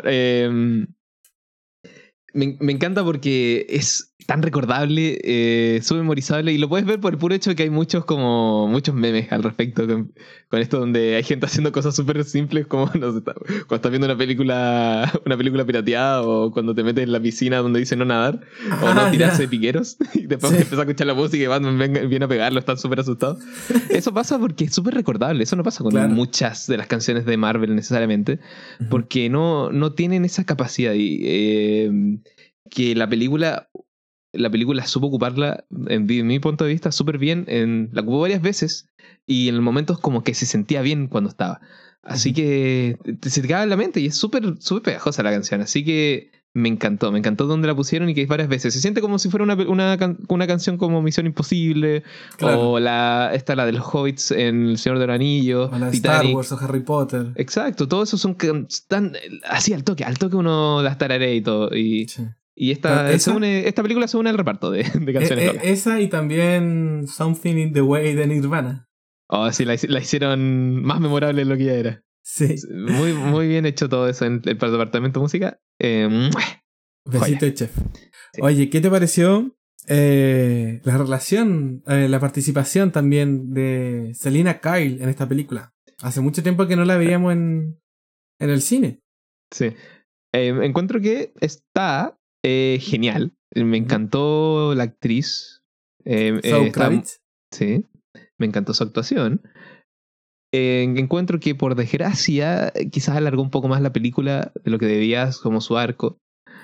A: me encanta porque es tan recordable, súper memorizable, y lo puedes ver por el puro hecho de que hay muchos memes al respecto con esto, donde hay gente haciendo cosas súper simples como no sé, cuando estás viendo una película pirateada, o cuando te metes en la piscina donde dice no nadar o no
B: Ah,
A: tirarse de
B: ya.
A: piqueros y después
B: Sí.
A: empiezas a escuchar la música y Batman viene a pegarlo, están súper asustados. Eso pasa porque es súper recordable. Eso no pasa con
B: Claro.
A: muchas de las canciones de Marvel necesariamente,
B: Ujú.
A: porque no tienen esa capacidad. Que la película supo ocuparla, en mi punto de vista, súper bien. La ocupó varias veces y en momentos como que se sentía bien cuando estaba. Así
B: Ujú.
A: que se te quedaba en la mente y es súper pegajosa la canción. Así que me encantó donde la pusieron y que es varias veces. Se siente como si fuera una canción como Misión Imposible,
B: Claro.
A: o esta, la de los Hobbits en El Señor de los Anillos,
B: O la de Star Wars
A: Titanic.
B: o Harry Potter.
A: Exacto, todo eso están así al toque uno las tararea y todo.
B: Sí.
A: Y
B: Claro, esa.
A: esta película se une al reparto de canciones locas.
B: Esa y también Something in the Way de Nirvana.
A: Oh, sí, la hicieron más memorable de lo que ya era.
B: Sí.
A: Muy bien hecho todo eso en el departamento de música. ¡Mua!
B: Besito
A: Joya.
B: de chef.
A: Sí.
B: Oye, ¿qué te pareció La relación, la participación también de Selina Kyle en esta película. Hace mucho tiempo que no la veíamos en el cine.
A: Sí. Encuentro que está genial. Me encantó la actriz.
B: Zoe Kravitz.
A: Sí, me encantó su actuación. Encuentro que por desgracia quizás alargó un poco más la película de lo que debía como su arco.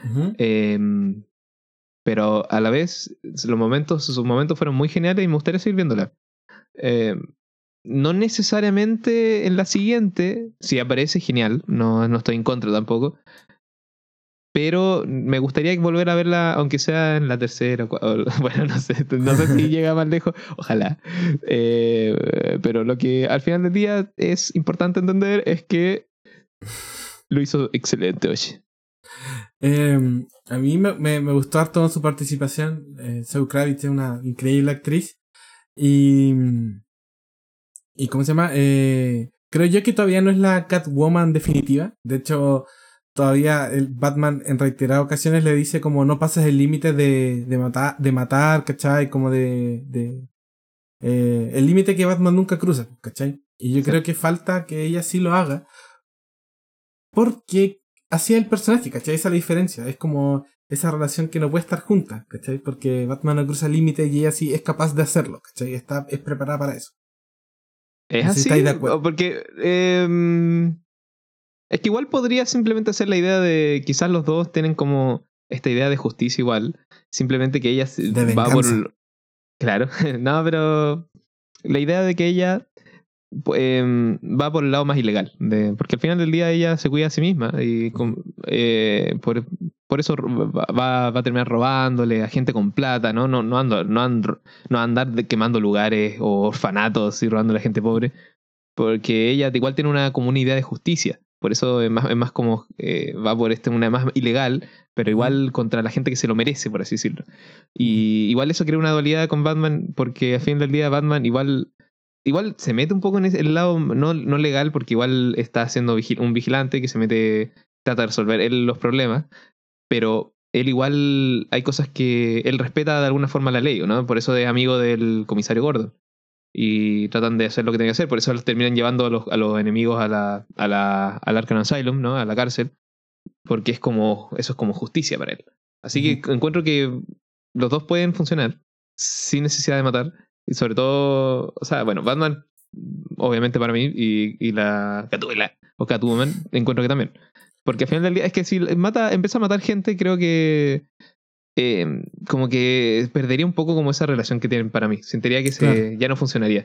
A: Pero a la vez sus momentos fueron muy geniales y me gustaría seguir viéndola. No necesariamente en la siguiente, si aparece genial, no estoy en contra tampoco. Pero me gustaría volver a verla, aunque sea en la tercera. Bueno, no sé si llega más lejos. Ojalá. Pero lo que al final del día es importante entender es que lo hizo excelente, oye.
B: A mí me gustó harto su participación. Zoe Kravitz es una increíble actriz. ¿Y cómo se llama? Creo yo que todavía no es la Catwoman definitiva. De hecho, todavía el Batman en reiteradas ocasiones le dice como no pases el límite de matar, ¿cachai? Como el límite que Batman nunca cruza, ¿cachai? Y yo creo que falta que ella sí lo haga. Porque así es el personaje, ¿cachai? Esa es la diferencia. Es como esa relación que no puede estar junta, ¿cachai? Porque Batman no cruza el límite y ella sí es capaz de hacerlo, ¿cachai? Es preparada para eso.
A: ¿Es
B: No sé si
A: así?
B: estáis de acuerdo.
A: Porque es que igual podría simplemente ser la idea de quizás los dos tienen como esta idea de justicia igual. Simplemente que ella
B: De
A: va
B: venganza.
A: por... Claro, no, pero la idea de que ella va por el lado más ilegal. Porque al final del día ella se cuida a sí misma y por eso va a terminar robándole a gente con plata, ¿no? No andar quemando lugares o orfanatos y robando a la gente pobre. Porque ella igual tiene como una idea de justicia. Por eso es más como va por una más ilegal, pero igual contra la gente que se lo merece, por así decirlo. Y igual eso crea una dualidad con Batman, porque al fin del día Batman igual se mete un poco en el lado no legal, porque igual está siendo un vigilante que trata de resolver él los problemas, pero él igual hay cosas que él respeta de alguna forma la ley, ¿no? Por eso es amigo del comisario Gordon. Y tratan de hacer lo que tienen que hacer, por eso los terminan llevando a los enemigos al Arkham Asylum, ¿no? A la cárcel, porque eso es como justicia para él. Así que encuentro que los dos pueden funcionar sin necesidad de matar. Y sobre todo, o sea, bueno, Batman, obviamente para mí, y la Gatúbela o Catwoman, encuentro que también. Porque al final del día, es que si empieza a matar gente, creo que como que perdería un poco como esa relación que tienen para mí. Sentiría que
B: Claro.
A: ya no funcionaría.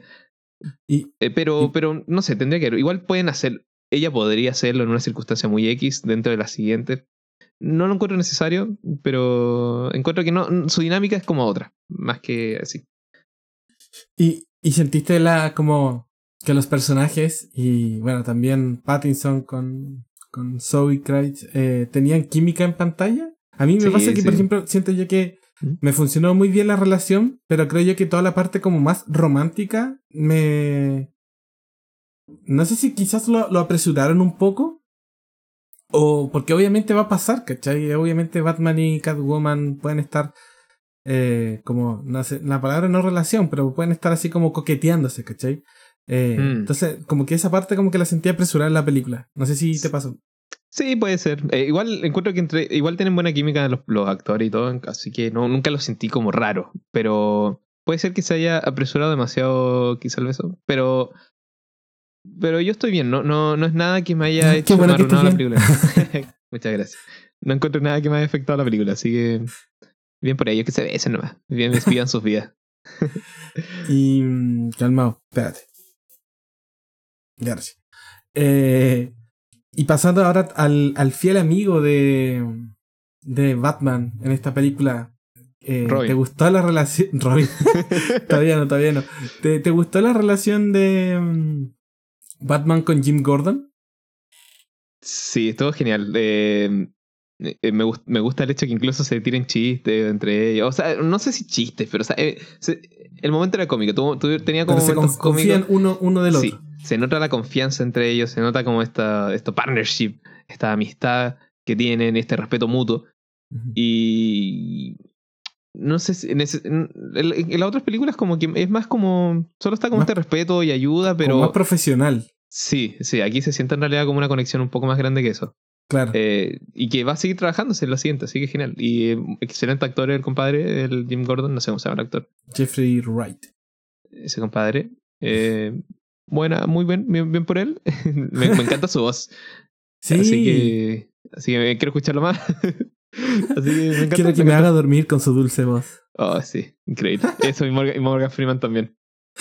A: Pero no sé, tendría que ver. Igual pueden hacer, ella podría hacerlo en una circunstancia muy X dentro de la siguiente. No lo encuentro necesario, pero encuentro que no, su dinámica es como otra, más que así.
B: ¿Y sentiste como que los personajes y bueno, también Pattinson con Zoe Kravitz tenían química en pantalla? A mí me pasa que, por ejemplo, siento yo que me funcionó muy bien la relación, pero creo yo que toda la parte como más romántica no sé si quizás lo apresuraron un poco, o porque obviamente va a pasar, ¿cachai? Obviamente Batman y Catwoman pueden estar como, no sé, la palabra no relación, pero pueden estar así como coqueteándose, ¿cachai? Entonces, como que esa parte como que la sentí apresurada en la película. No sé si te pasó.
A: Sí, puede ser. Igual encuentro que igual tienen buena química los actores y todo, así que nunca lo sentí como raro. Pero puede ser que se haya apresurado demasiado quizá el beso. Pero yo estoy bien, no es nada que me haya hecho
B: bueno
A: arruinado
B: que
A: la película. Muchas gracias. No encuentro nada que me haya afectado la película, así que bien por ellos que se besen nomás. Bien, despidan sus vidas.
B: Y calmado, espérate. Gracias. Y pasando ahora al fiel amigo de Batman en esta película. ¿Te gustó la relación? Robin. Todavía no. ¿Te gustó la relación de Batman con Jim Gordon?
A: Sí, estuvo genial. Me gusta el hecho que incluso se tiren chistes entre ellos. O sea, no sé si chistes, pero o sea, el momento era cómico. Tenía como
B: pero
A: momentos
B: confían
A: cómicos.
B: uno del otro.
A: Sí, se nota la confianza entre ellos, se nota como esto partnership, esta amistad que tienen, este respeto mutuo. Y no sé si en las otras películas como que es más como solo está como
B: Más-
A: este respeto y ayuda,
B: Como más
A: pero
B: profesional,
A: sí, aquí se siente en realidad como una conexión un poco más grande que eso.
B: claro.
A: Y que va a seguir trabajándose en la siguiente, así que genial. Y excelente actor el compadre, el Jim Gordon, no sé cómo se llama el actor.
B: Jeffrey Wright.
A: Ese compadre. Buena, muy bien por él. Me encanta su voz.
B: Sí,
A: Así que quiero escucharlo más. Así que me encanta.
B: quiero que me haga dormir con su dulce voz.
A: Oh, sí, increíble. Eso y Morgan Freeman también.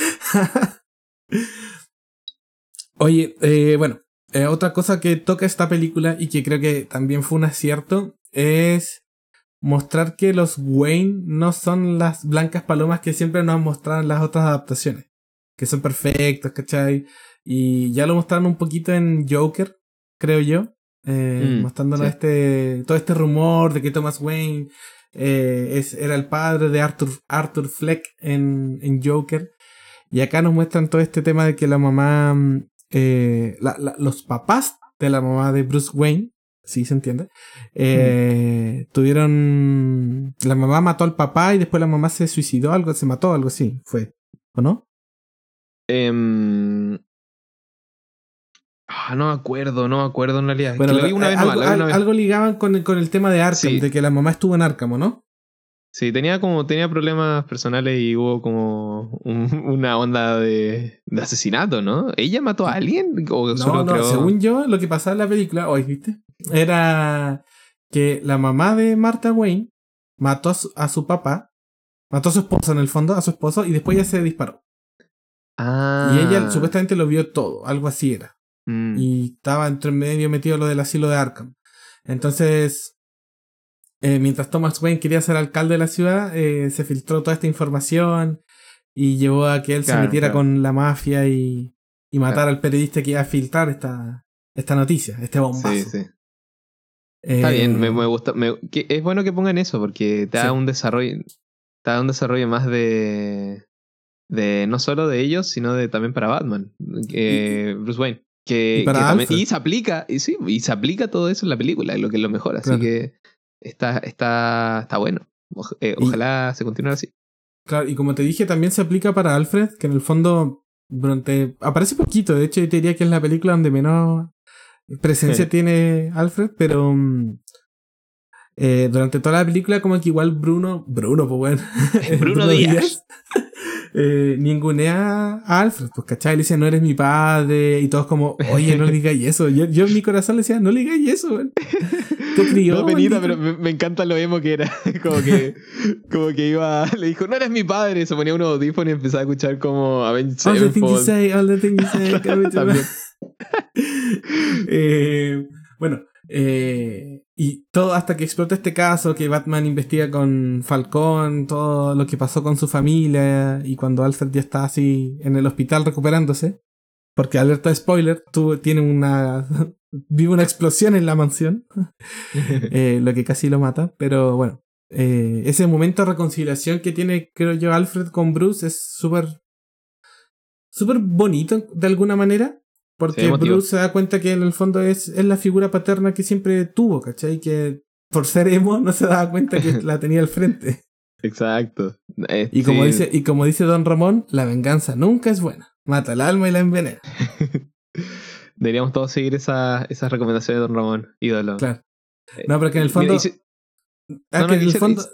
B: Oye, bueno, otra cosa que toca esta película y que creo que también fue un acierto es mostrar que los Wayne no son las blancas palomas que siempre nos han mostrado en las otras adaptaciones, que son perfectos, ¿cachai? Y ya lo mostraron un poquito en Joker, creo yo, mostrándonos
A: Sí.
B: todo este rumor de que Thomas Wayne era el padre de Arthur Fleck en Joker. Y acá nos muestran todo este tema de que la mamá, los papás de la mamá de Bruce Wayne, sí se entiende, tuvieron, la mamá mató al papá y después la mamá se suicidó, se mató, algo así, fue, ¿o no?
A: No me acuerdo en realidad. Es que
B: Bueno,
A: la vi
B: pero
A: una vez nomás, la vi una vez.
B: algo ligaban con el tema de Arkham,
A: Sí,
B: de que la mamá estuvo en Arkham, ¿o no?
A: sí, tenía problemas personales y hubo como una onda de asesinato, ¿no? ¿Ella mató a alguien o
B: No,
A: solo
B: no,
A: creó?
B: según yo, lo que pasaba en la película, hoy, ¿viste? Era que la mamá de Martha Wayne mató a su papá, mató a su esposo en el fondo, a su esposo, y después ella se disparó. Y ella
A: Ah,
B: supuestamente lo vio todo, algo así era.
A: mm,
B: Y estaba entre medio metido lo del asilo de Arkham. Entonces, mientras Thomas Wayne quería ser alcalde de la ciudad, se filtró toda esta información y llevó a que él se
A: claro,
B: metiera
A: claro,
B: con la mafia y matara
A: claro.
B: al periodista que iba a filtrar esta noticia, este
A: Sí,
B: bombazo.
A: sí. Está bien, me
B: Eh,
A: gusta. Es bueno que pongan eso porque
B: sí.
A: te da un desarrollo más de no solo de ellos, sino de también para Batman,
B: Y,
A: Bruce Wayne.
B: y
A: Que
B: para
A: también,
B: Alfred,
A: y sí, y se aplica todo eso en la película, lo que es lo mejor. Así
B: claro.
A: que está bueno.
B: Y,
A: Ojalá se continúe así.
B: claro. Y como te dije, también se aplica para Alfred, que en el fondo aparece poquito. De hecho, yo te diría que es la película donde menos presencia tiene Alfred, pero durante toda la película como que igual Bruno, pues bueno,
A: Bruno
B: Bruno
A: Díaz.
B: Díaz, ningunea a Alfred, pues cachai, le dice, no eres mi padre, y todos como, oye, no le digáis eso. Yo en mi corazón le decía, no le digáis eso, weón. Te
A: Me da
B: crió,
A: penita,
B: maldito.
A: pero me encanta lo emo que era. Como que iba, le dijo, no eres mi padre. Se ponía unos audífonos y empezaba a escuchar como Avenged
B: All the things you
A: Sevenfold.
B: say, all the things you say,
A: También.
B: bueno, y todo hasta que explota este caso, que Batman investiga con Falcón, todo lo que pasó con su familia, y cuando Alfred ya está así en el hospital recuperándose, porque alerta de spoiler, tiene vive una explosión en la mansión, lo que casi lo mata, pero bueno, ese momento de reconciliación que tiene, creo yo, Alfred con Bruce es súper bonito de alguna manera,
A: Se
B: porque
A: emotivo.
B: Bruce se da cuenta que en el fondo es la figura paterna que siempre tuvo, ¿cachai? Que por ser emo no se daba cuenta que la tenía al frente.
A: Exacto. Sí.
B: Y como dice Don Ramón, la venganza nunca es buena. Mata el alma y la envenena.
A: Deberíamos todos seguir esas recomendaciones de Don Ramón, ídolo.
B: Claro. No, pero que en el
A: Mira,
B: fondo.
A: no,
B: Que
A: no,
B: en el fondo.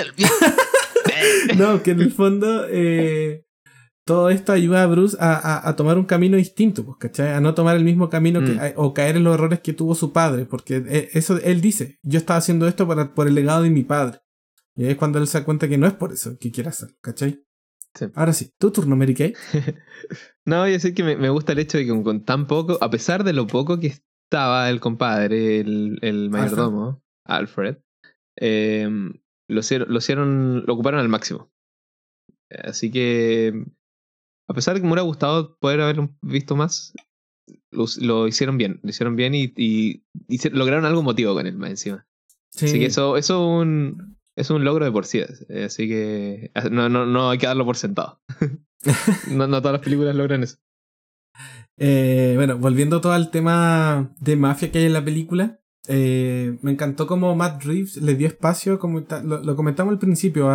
B: No, que en el fondo. Todo esto ayuda a Bruce a tomar un camino distinto, pues, ¿cachai? A no tomar el mismo camino
A: Mm,
B: o caer en los errores que tuvo su padre, porque eso él dice, yo estaba haciendo esto por el legado de mi padre. Y ahí es cuando él se da cuenta que no es por eso que quiere hacer, ¿cachai?
A: sí.
B: Ahora sí, tu turno, Mary Kay.
A: No, voy a decir que me gusta el hecho de que con tan poco, a pesar de lo poco que estaba el compadre, el
B: Alfred.
A: mayordomo, Alfred, eh, lo ocuparon al máximo. Así que, a pesar de que me hubiera gustado poder haberlo visto más, lo hicieron bien. Lo hicieron bien y lograron algo emotivo con él más encima. Así que
B: Sí.
A: es un logro de por sí. Así que no hay que darlo por sentado. No todas las películas logran eso.
B: Bueno, volviendo todo al tema de mafia que hay en la película, Me encantó como Matt Reeves le dio espacio, como lo comentamos al principio,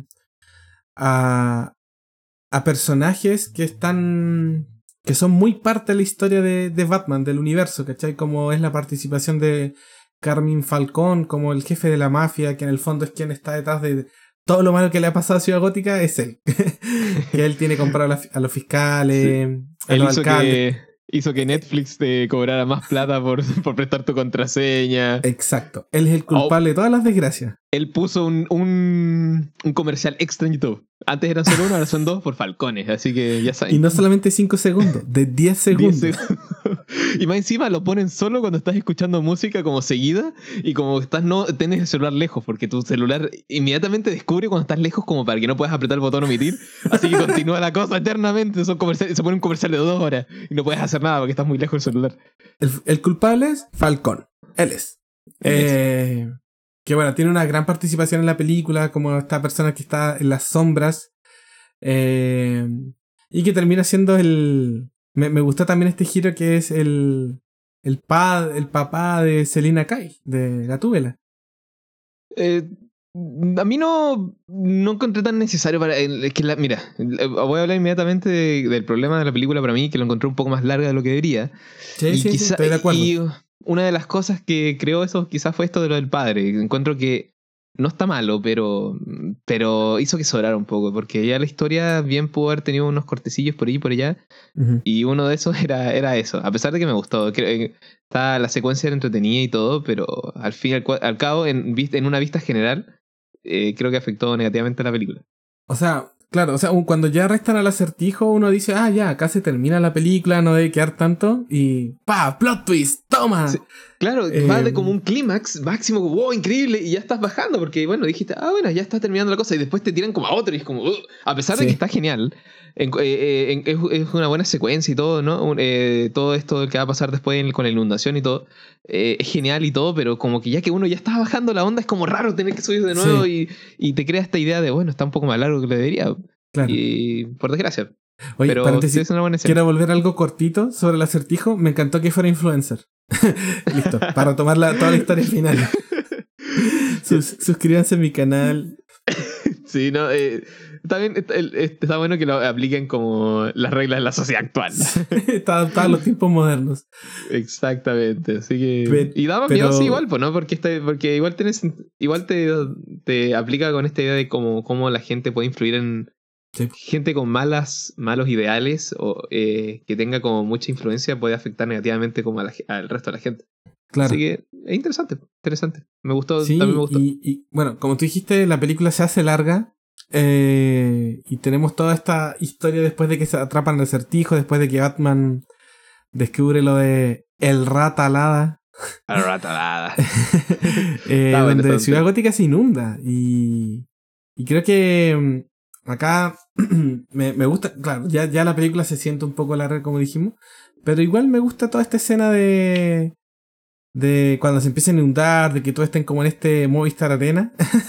B: a personajes que son muy parte de la historia de Batman, del universo, ¿cachai? Como es la participación de Carmine Falcón, como el jefe de la mafia, que en el fondo es quien está detrás de todo lo malo que le ha pasado a Ciudad Gótica, es él. Que él tiene comprado a los fiscales,
A: Sí.
B: a
A: Él
B: los alcaldes.
A: hizo que Netflix te cobrara más plata por prestar tu contraseña.
B: Exacto. Él es el culpable de todas las desgracias.
A: Él puso un comercial extra en YouTube. Antes eran solo uno, ahora son dos por Falcones, así que ya saben.
B: Y no solamente 5 segundos, de 10 segundos.
A: 10 segundos. Y más encima lo ponen solo cuando estás escuchando música como seguida y como tienes el celular lejos, porque tu celular inmediatamente descubre cuando estás lejos como para que no puedas apretar el botón omitir. Así que continúa la cosa eternamente. Se pone un comercial de 2 horas y no puedes hacer nada porque estás muy lejos del celular.
B: El culpable es Falcón. Él es. Que bueno, tiene una gran participación en la película, como esta persona que está en las sombras. Y que termina siendo el... Me gustó también este giro que es el papá de Selina Kyle, de Gatúbela.
A: A mí no encontré tan necesario para... mira, voy a hablar inmediatamente del problema de la película para mí, que lo encontré un poco más larga de lo que debería.
B: Sí, estoy de acuerdo.
A: Y una de las cosas que creó eso quizás fue esto de lo del padre. Encuentro que no está malo, pero hizo que sobrara un poco, porque ya la historia bien pudo haber tenido unos cortecillos por ahí y por allá, y uno de esos era eso, a pesar de que me gustó. La secuencia era entretenida y todo, pero al fin y al cabo, en una vista general, creo que afectó negativamente a la película.
B: O sea, claro, cuando ya arrestan al Acertijo, uno dice, ya, acá se termina la película, no debe quedar tanto, y ¡pa! ¡Plot twist! ¡Toma!
A: Sí, claro, va de como un clímax máximo, wow, increíble, y ya estás bajando, porque bueno, dijiste, bueno, ya está terminando la cosa, y después te tiran como a otro, y es como, a pesar de que está genial, es una buena secuencia y todo, ¿no? Todo esto que va a pasar después con la inundación y todo, es genial y todo, pero como que ya que uno ya está bajando la onda, es como raro tener que subir de nuevo, y te crea esta idea de, bueno, está un poco más largo que lo debería,
B: claro.
A: Y por desgracia.
B: Oye,
A: pero
B: paréntesis,
A: es una buena escena.
B: Quiero volver a algo cortito sobre el Acertijo. Me encantó que fuera influencer. Listo, para retomar toda la historia final. Suscríbanse a mi canal.
A: Sí, no, está bueno que lo apliquen como las reglas de la sociedad actual.
B: Está adaptado a los tiempos modernos.
A: Exactamente, así que... y daba miedo, sí, igual, pues, ¿no? Porque igual te aplica con esta idea de cómo la gente puede influir en gente con malos ideales o que tenga como mucha influencia puede afectar negativamente como al resto de la gente.
B: Claro.
A: Así que es interesante. Me gustó,
B: sí,
A: también me gustó.
B: Y bueno, como tú dijiste, la película se hace larga y tenemos toda esta historia después de que se atrapan el Acertijo, después de que Batman descubre lo de el Rata Alada.
A: El Rata Alada.
B: Donde Ciudad Gótica se inunda y creo que acá me gusta, claro, ya la película se siente un poco larga como dijimos, pero igual me gusta toda esta escena de cuando se empiezan a inundar, de que todos estén como en este Movistar Arena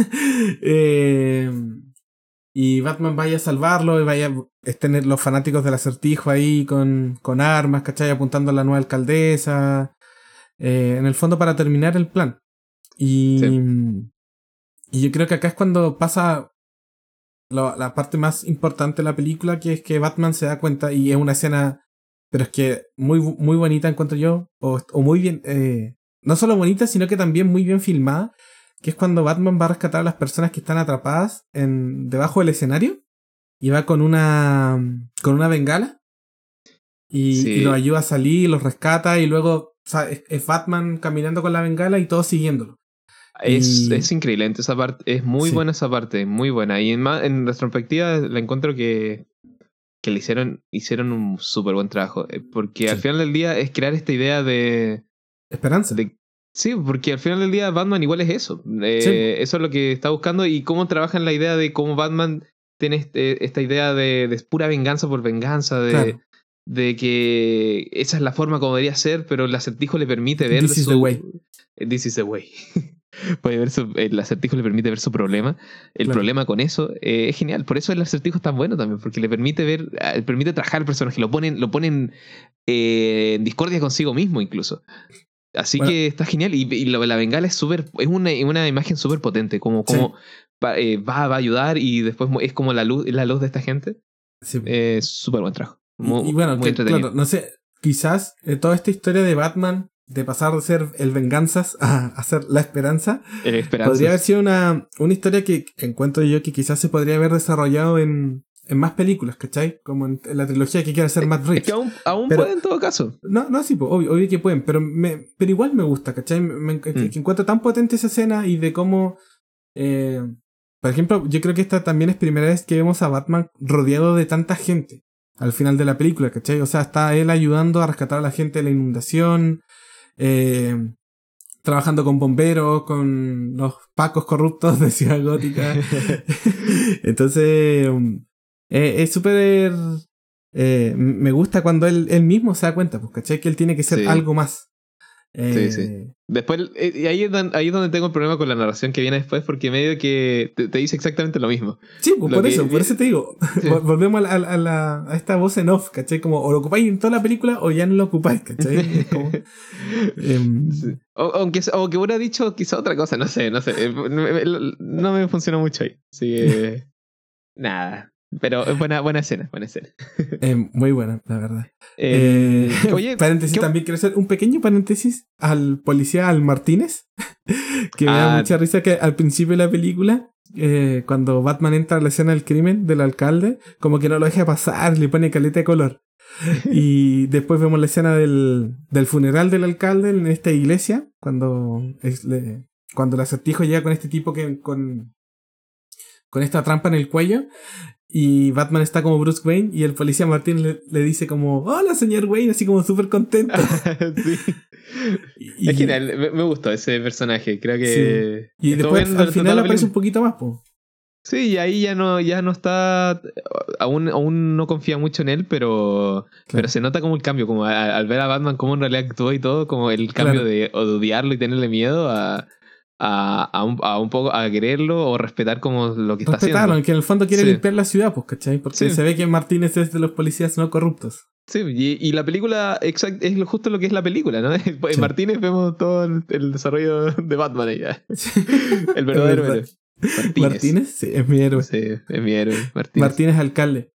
B: y Batman vaya a salvarlo y estén los fanáticos del Acertijo ahí con armas, ¿cachai? Apuntando a la nueva alcaldesa, en el fondo para terminar el plan. Y yo creo que acá es cuando pasa la parte más importante de la película, que es que Batman se da cuenta, y es una escena, pero es que muy, muy bonita encuentro yo, o muy bien, no solo bonita, sino que también muy bien filmada, que es cuando Batman va a rescatar a las personas que están atrapadas debajo del escenario, y va con una bengala, y los ayuda a salir, los rescata, y luego, o sea, es Batman caminando con la bengala y todos siguiéndolo.
A: Es increíble, esa parte, es muy buena esa parte, muy buena. Y en retrospectiva la encuentro que le hicieron un súper buen trabajo. Porque al final del día es crear esta idea de...
B: esperanza.
A: Sí, porque al final del día Batman igual es eso. Eso es lo que está buscando, y cómo trabajan la idea de cómo Batman tiene esta idea de pura venganza por venganza, de que esa es la forma como debería ser, pero el Acertijo le permite ver
B: This is the way.
A: This is the way. El Acertijo le permite ver su problema. El problema con eso es genial. Por eso el Acertijo es tan bueno también, porque le permite trabajar el personaje. Lo ponen en discordia consigo mismo incluso. Así
B: Bueno.
A: que está genial. Y la bengala es una imagen súper potente. Como
B: Sí.
A: va a ayudar y después es como la luz de esta gente.
B: Sí.
A: Súper buen trabajo.
B: Y bueno,
A: muy entretenido.
B: claro, no sé, quizás toda esta historia de Batman, de pasar de ser el Venganzas a ser la Esperanza, podría haber sido una historia que encuentro yo que quizás se podría haber desarrollado en más películas, ¿cachai? Como en la trilogía que quiere hacer Matt Reeves.
A: Es que aún puede en todo caso.
B: No, sí, pues, obvio que pueden, pero igual me gusta, ¿cachai? Que encuentro tan potente esa escena y de cómo... por ejemplo, yo creo que esta también es primera vez que vemos a Batman rodeado de tanta gente al final de la película, ¿cachai? O sea, está él ayudando a rescatar a la gente de la inundación, trabajando con bomberos, con los pacos corruptos de Ciudad Gótica. Entonces, es súper... me gusta cuando él mismo se da cuenta, pues, ¿cachai? Que él tiene que ser algo más.
A: Sí. Después, y ahí es donde tengo el problema con la narración que viene después, porque medio que te dice exactamente lo mismo.
B: Sí, pues por eso te digo. Sí. Volvemos a esta voz en off, ¿cachai? Como o lo ocupáis en toda la película o ya no lo ocupáis, ¿cachai? Como,
A: sí. O que hubiera dicho quizá otra cosa, no sé. No me funcionó mucho ahí. Así que... nada. Pero es buena escena.
B: Muy buena, la verdad.
A: Oye,
B: paréntesis, también quiero hacer un pequeño paréntesis al policía, al Martínez, que me da mucha risa que al principio de la película, cuando Batman entra a la escena del crimen del alcalde, como que no lo deja pasar, le pone caleta de color. Y después vemos la escena del funeral del alcalde en esta iglesia, cuando el acertijo llega con este tipo que con esta trampa en el cuello. Y Batman está como Bruce Wayne y el policía Martín le dice como hola señor Wayne, así como súper contento.
A: Sí. Es genial, me gustó ese personaje, creo que...
B: Sí. Y después al final aparece un poquito más, po.
A: Sí, y ahí ya no está... Aún no confía mucho en él, pero se nota como el cambio, como al ver a Batman cómo en realidad actúa y todo, como el cambio de odiarlo y tenerle miedo a un poco a quererlo o respetar como lo que está haciendo.
B: Que en el fondo quiere limpiar la ciudad, pues, ¿cachai? Porque se ve que Martínez es de los policías no corruptos.
A: Sí, y la película es justo lo que es la película, ¿no? En Martínez vemos todo el desarrollo de Batman ahí. El verdadero héroe.
B: Martínez, sí, es mi héroe.
A: Sí, es mi héroe.
B: Martínez alcalde.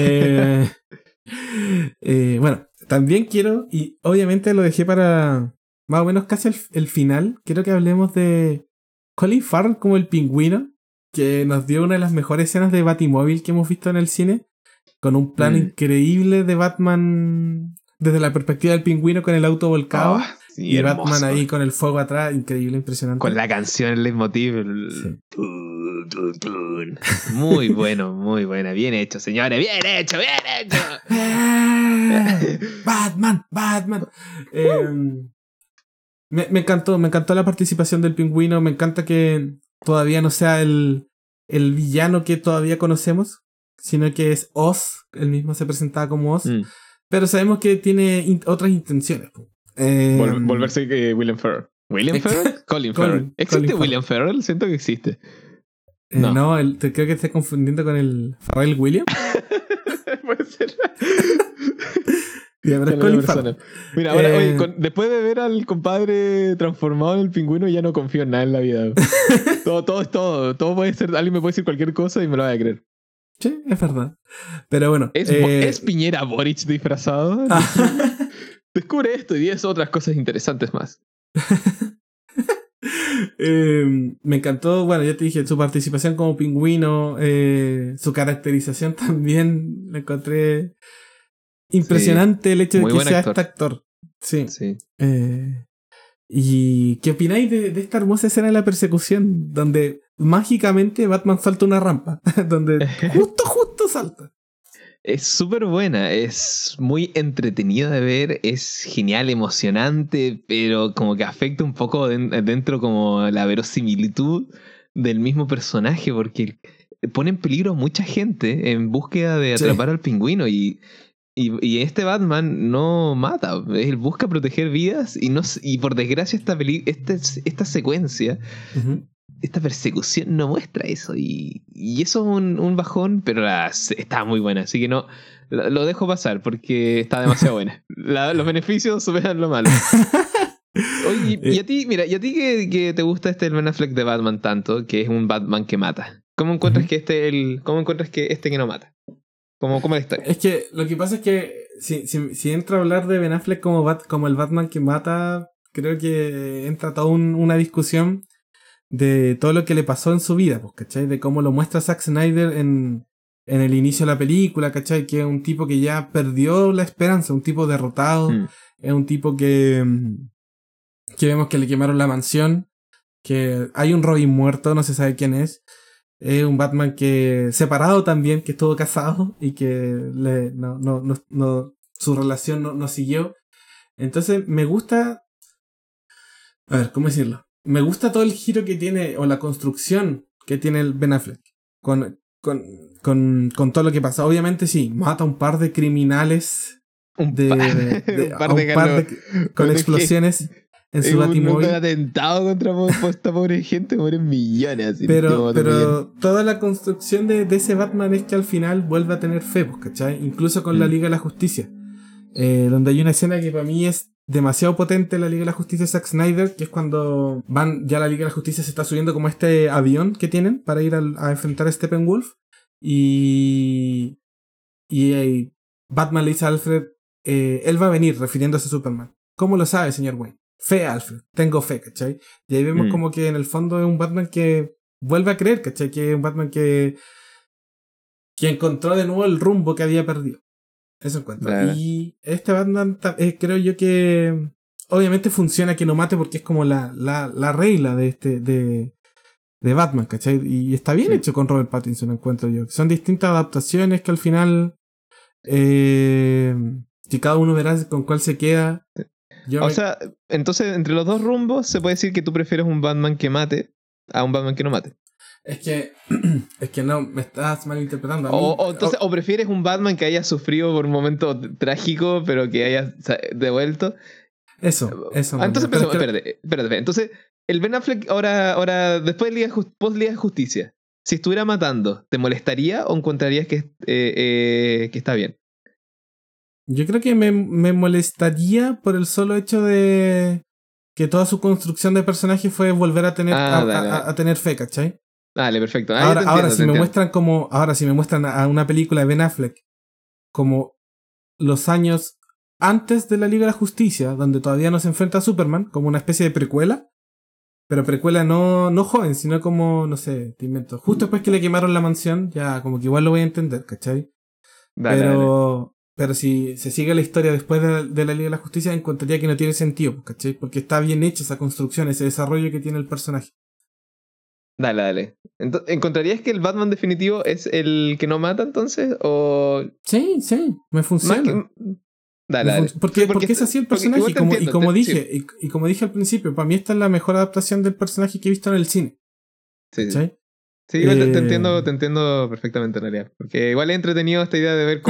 B: Bueno, también quiero, y obviamente lo dejé para más o menos casi el final, quiero que hablemos de Colin Farrell como el pingüino, que nos dio una de las mejores escenas de Batimóvil que hemos visto en el cine, con un plano increíble de Batman desde la perspectiva del pingüino con el auto volcado. Sí, y hermoso. Batman ahí con el fuego atrás, increíble, impresionante.
A: Con la canción, el leitmotiv. Sí. Muy bueno, muy buena. Bien hecho, señores. Bien hecho.
B: Batman. Me encantó la participación del pingüino. Me encanta que todavía no sea el villano que todavía conocemos, sino que es Oz. Él mismo se presentaba como Oz. Pero sabemos que tiene otras intenciones.
A: Volverse William Ferrell. ¿William Ferrell? Colin Farrell. ¿Existe William Ferrell? Siento que existe.
B: No, creo que estás confundiendo con el Pharrell Williams.
A: Puede ser.
B: Pero es Colin Farrell.
A: Mira, ahora, oye, después de ver al compadre transformado en el pingüino, ya no confío en nada en la vida. Todo es todo. Todo puede ser. Alguien me puede decir cualquier cosa y me lo va a creer.
B: Sí, es verdad. Pero bueno.
A: ¿Es Piñera Boric disfrazado? Descubre esto y 10 otras cosas interesantes más.
B: Me encantó, bueno, ya te dije, su participación como pingüino, su caracterización también, la encontré impresionante, el hecho de que sea este actor. Sí. ¿Y qué opináis de esta hermosa escena de la persecución donde mágicamente Batman salta una rampa? Donde justo salta.
A: Es súper buena, es muy entretenida de ver, es genial, emocionante, pero como que afecta un poco dentro como la verosimilitud del mismo personaje, porque pone en peligro a mucha gente en búsqueda de atrapar al pingüino y este Batman no mata, él busca proteger vidas y por desgracia esta secuencia, esta persecución no muestra eso y eso es un bajón, pero está muy buena, así que no lo dejo pasar porque está demasiado buena. Los beneficios superan lo malo. Oye, y a ti, mira, y a ti que te gusta el Ben Affleck de Batman tanto, que es un Batman que mata. ¿Cómo encuentras
B: Ujú.
A: que cómo encuentras que que no mata? ¿Cómo es la historia?
B: Es que lo que pasa es que si entro a hablar de Ben Affleck como el Batman que mata, creo que entra toda una discusión de todo lo que le pasó en su vida, pues, ¿cachai? De cómo lo muestra Zack Snyder en el inicio de la película, ¿cachai? Que es un tipo que ya perdió la esperanza, un tipo derrotado,
A: Mm,
B: es un tipo que vemos que le quemaron la mansión, que hay un Robin muerto, no se sabe quién es. Es un Batman que separado también, que estuvo casado y que su relación no siguió. Entonces me gusta, a ver, ¿cómo decirlo? Me gusta todo el giro que tiene o la construcción que tiene el Ben Affleck con todo lo que pasa. Obviamente sí, mata a un par de criminales
A: un par, un
B: a
A: par de
B: un par
A: Carlos.
B: de con
A: Bueno, es que
B: explosiones en
A: es
B: su
A: un
B: Batimóvil.
A: atentado contra esta pobre gente, mueren millones así en el último Batman.
B: Pero toda la construcción de ese Batman es que al final vuelve a tener fe, pues, ¿cachai? Incluso con la
A: Mm.
B: Liga de la Justicia. Donde hay una escena que para mí es demasiado potente, la Liga de la Justicia de Zack Snyder, que es cuando ya la Liga de la Justicia se está subiendo como a este avión que tienen para ir a enfrentar a Steppenwolf. Y, y Batman le dice a Alfred, él va a venir, refiriéndose a Superman. ¿Cómo lo sabe, señor Wayne? Fe, Alfred. Tengo fe, ¿cachai? Y ahí vemos
A: Mm.
B: como que en el fondo es un Batman que vuelve a creer, ¿cachai? Que es un Batman que encontró de nuevo el rumbo que había perdido. Eso encuentro.
A: Claro.
B: Y este Batman creo yo que obviamente funciona que no mate porque es como la regla de Batman, ¿cachai? Y está bien
A: Mm.
B: hecho con Robert Pattinson, encuentro yo. Son distintas adaptaciones que al final eh, que cada uno verá con cuál se queda. Yo
A: O
B: me,
A: sea, entonces entre los dos rumbos se puede decir que tú prefieres un Batman que mate a un Batman que no mate.
B: es que es que no, me estás malinterpretando. A mí,
A: Entonces, o prefieres un Batman que haya sufrido por un momento trágico, pero que haya devuelto.
B: eso en
A: Entonces
B: realidad. Pero es
A: empecemos,
B: que
A: espérate. Entonces, el Ben Affleck ahora después de post Liga de Justicia, si estuviera matando, ¿te molestaría o encontrarías que está bien?
B: yo creo que me molestaría por el solo hecho de que toda su construcción de personaje fue volver a tener
A: Ah, dale,
B: a tener fe, ¿cachai?
A: dale, perfecto. Ah, ya te entiendo, te entiendo.
B: Ahora si me muestran a una película de Ben Affleck como los años antes de la Liga de la Justicia, donde todavía no se enfrenta a Superman, como una especie de precuela, pero precuela no joven, sino como, no sé, te invento. Justo después que le quemaron la mansión, ya como que igual lo voy a entender, ¿cachai?
A: Dale.
B: Pero si se sigue la historia después de la Liga de la Justicia, encontraría que no tiene sentido, ¿cachai? Porque está bien hecha esa construcción, ese desarrollo que tiene el personaje.
A: Dale. ¿Encontrarías que el Batman definitivo es el que no mata entonces? ¿O
B: Sí, me
A: más que...
B: funciona.
A: Dale. Sí,
B: Porque es así el
A: porque
B: personaje.
A: igual te entiendo. Sí,
B: Y como dije al principio, para mí esta es la mejor adaptación del personaje que he visto en el cine.
A: sí.
B: ¿Cachai?
A: Sí, igual
B: Eh,
A: te entiendo perfectamente en realidad. Porque igual es entretenido esta idea de ver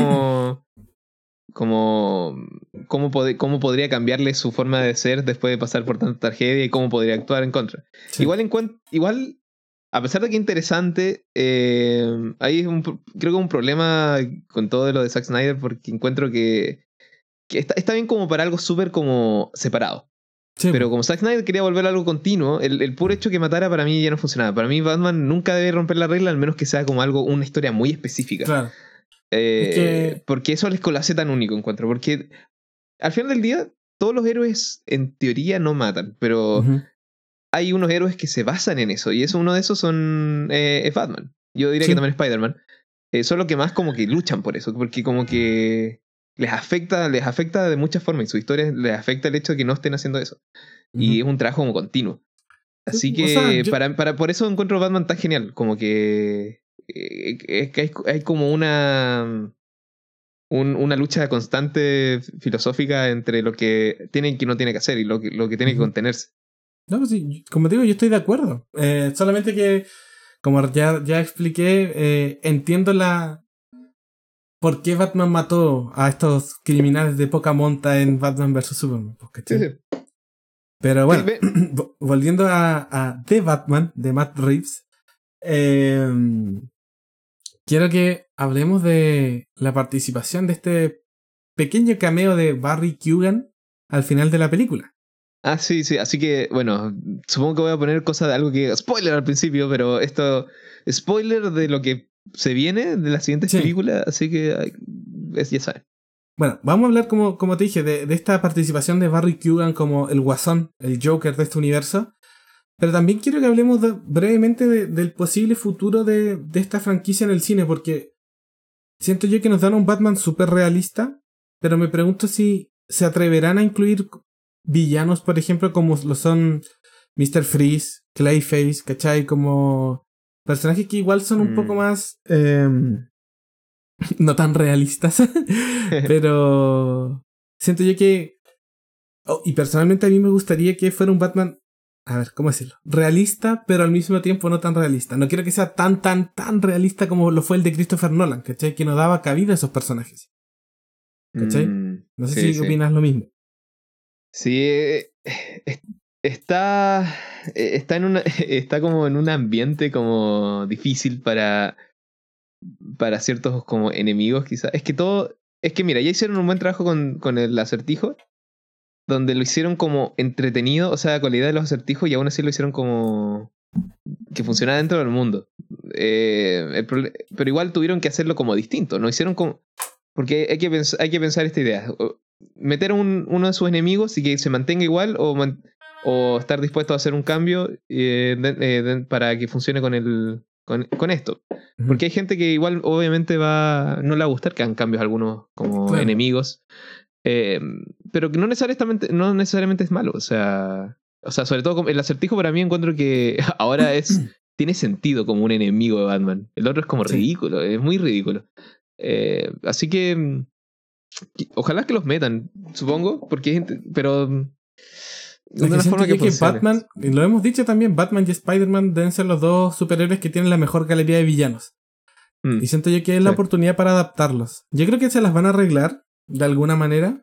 A: cómo, cómo podría cambiarle su forma de ser después de pasar por tanta tragedia y cómo podría actuar en contra.
B: sí.
A: Igual, a pesar de que es interesante, creo que un problema con todo lo de Zack Snyder porque encuentro que está bien como para algo súper como separado.
B: Sí,
A: Pero
B: po,
A: como Zack Snyder quería volver a algo continuo, el puro hecho que matara para mí ya no funcionaba. Para mí Batman nunca debe romper la regla, al menos que sea como algo, una historia muy específica.
B: claro. Es que.
A: Porque eso lo hace tan único, encuentro. Porque al final del día, todos los héroes en teoría no matan, pero
B: Ujú,
A: hay unos héroes que se basan en eso. Y uno de esos es Batman. Yo diría que
B: sí.
A: también Spider-Man. Son los que más como que luchan por eso, porque como que les afecta de muchas formas y su historia les afecta el hecho de que no estén haciendo eso. Y
B: Ujú.
A: es un trabajo como continuo.
B: Sí,
A: Así
B: o sea,
A: que por eso encuentro Batman tan genial. Como que es que hay como una lucha constante filosófica entre lo que tiene y que no tiene que hacer y lo que tiene que
B: ujú.
A: contenerse.
B: No, pues sí, como te digo, yo estoy de acuerdo. Solamente que, como ya expliqué, entiendo por qué Batman mató a estos criminales de poca monta en Batman vs. Superman, pues,
A: Sí,
B: ¿cachai?
A: sí.
B: Pero
A: Sí,
B: bueno, volviendo a The Batman de Matt Reeves, eh, quiero que hablemos de la participación de este pequeño cameo de Barry Keoghan al final de la película.
A: Sí, sí, así que, bueno, supongo que voy a poner cosas de algo que... Spoiler al principio, pero esto... Spoiler de lo que se viene de las siguientes
B: Sí.
A: películas, así que ya saben.
B: Bueno, vamos a hablar, como te dije, de esta participación de Barry Keoghan como el Guasón, el Joker de este universo. Pero también quiero que hablemos brevemente del posible futuro de esta franquicia en el cine, porque siento yo que nos dan un Batman súper realista, pero me pregunto si se atreverán a incluir villanos, por ejemplo, como lo son Mr. Freeze, Clayface, ¿cachai? Como personajes que igual son un poco más... no tan realistas, pero siento yo que... y personalmente a mí me gustaría que fuera un Batman, a ver, ¿cómo decirlo? Realista, pero al mismo tiempo no tan realista. No quiero que sea tan realista como lo fue el de Christopher Nolan, ¿cachai? Que no daba cabida a esos personajes, ¿cachai? No sé
A: Sí,
B: si
A: sí.
B: opinas lo mismo.
A: Sí, está está como en un ambiente como difícil para ciertos como enemigos quizás. Es que mira, ya hicieron un buen trabajo con el acertijo, donde lo hicieron como entretenido, o sea, con la idea de los acertijos, y aún así lo hicieron como que funcionaba dentro del mundo. Pero igual tuvieron que hacerlo como distinto, ¿no? Hicieron como... Porque hay que pensar esta idea. Meter uno de sus enemigos y que se mantenga igual, o estar dispuesto a hacer un cambio para que funcione con esto.
B: Ujú.
A: Porque hay gente que igual obviamente no le va a gustar que hagan cambios algunos como
B: Claro.
A: enemigos. Eh, pero que no necesariamente es malo. O sea, sobre todo el acertijo para mí encuentro que ahora tiene sentido como un enemigo de Batman. El otro es como
B: Sí.
A: ridículo, es muy ridículo. Así que ojalá que los metan, supongo, porque hay gente, pero de
B: Es que
A: una
B: siento
A: forma que
B: yo que
A: funcione.
B: Batman, y lo hemos dicho también, Batman y Spider-Man deben ser los dos superhéroes que tienen la mejor galería de villanos. Y siento yo que es la
A: Sí.
B: oportunidad para adaptarlos. Yo creo que se las van a arreglar de alguna manera.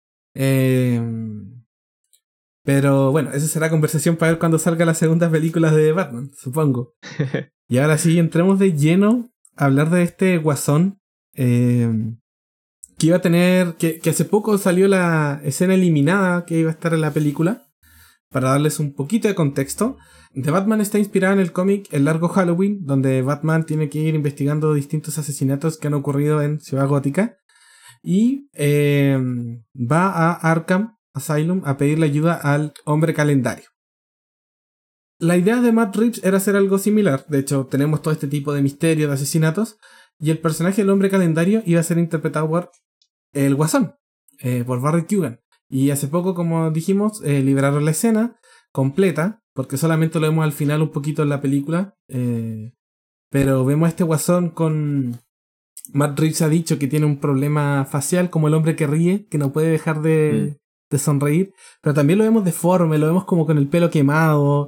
B: Pero bueno, esa será conversación para ver cuando salga la segunda película de Batman, supongo. Y ahora sí, entremos de lleno a hablar de este Guasón. Que iba a tener. Que hace poco salió la escena eliminada que iba a estar en la película. Para darles un poquito de contexto. The Batman está inspirada en el cómic El Largo Halloween, donde Batman tiene que ir investigando distintos asesinatos que han ocurrido en Ciudad Gótica. Y va a Arkham Asylum a pedirle ayuda al Hombre Calendario. La idea de Matt Reeves era hacer algo similar. De hecho, tenemos todo este tipo de misterios, de asesinatos. Y el personaje del Hombre Calendario iba a ser interpretado por el Guasón, por Barry Keoghan. Y hace poco, como dijimos, liberaron la escena completa, porque solamente lo vemos al final un poquito en la película. Pero vemos a este Guasón con... Matt Reeves ha dicho que tiene un problema facial, como el hombre que ríe, que no puede dejar de sonreír. Pero también lo vemos deforme, lo vemos como con el pelo quemado.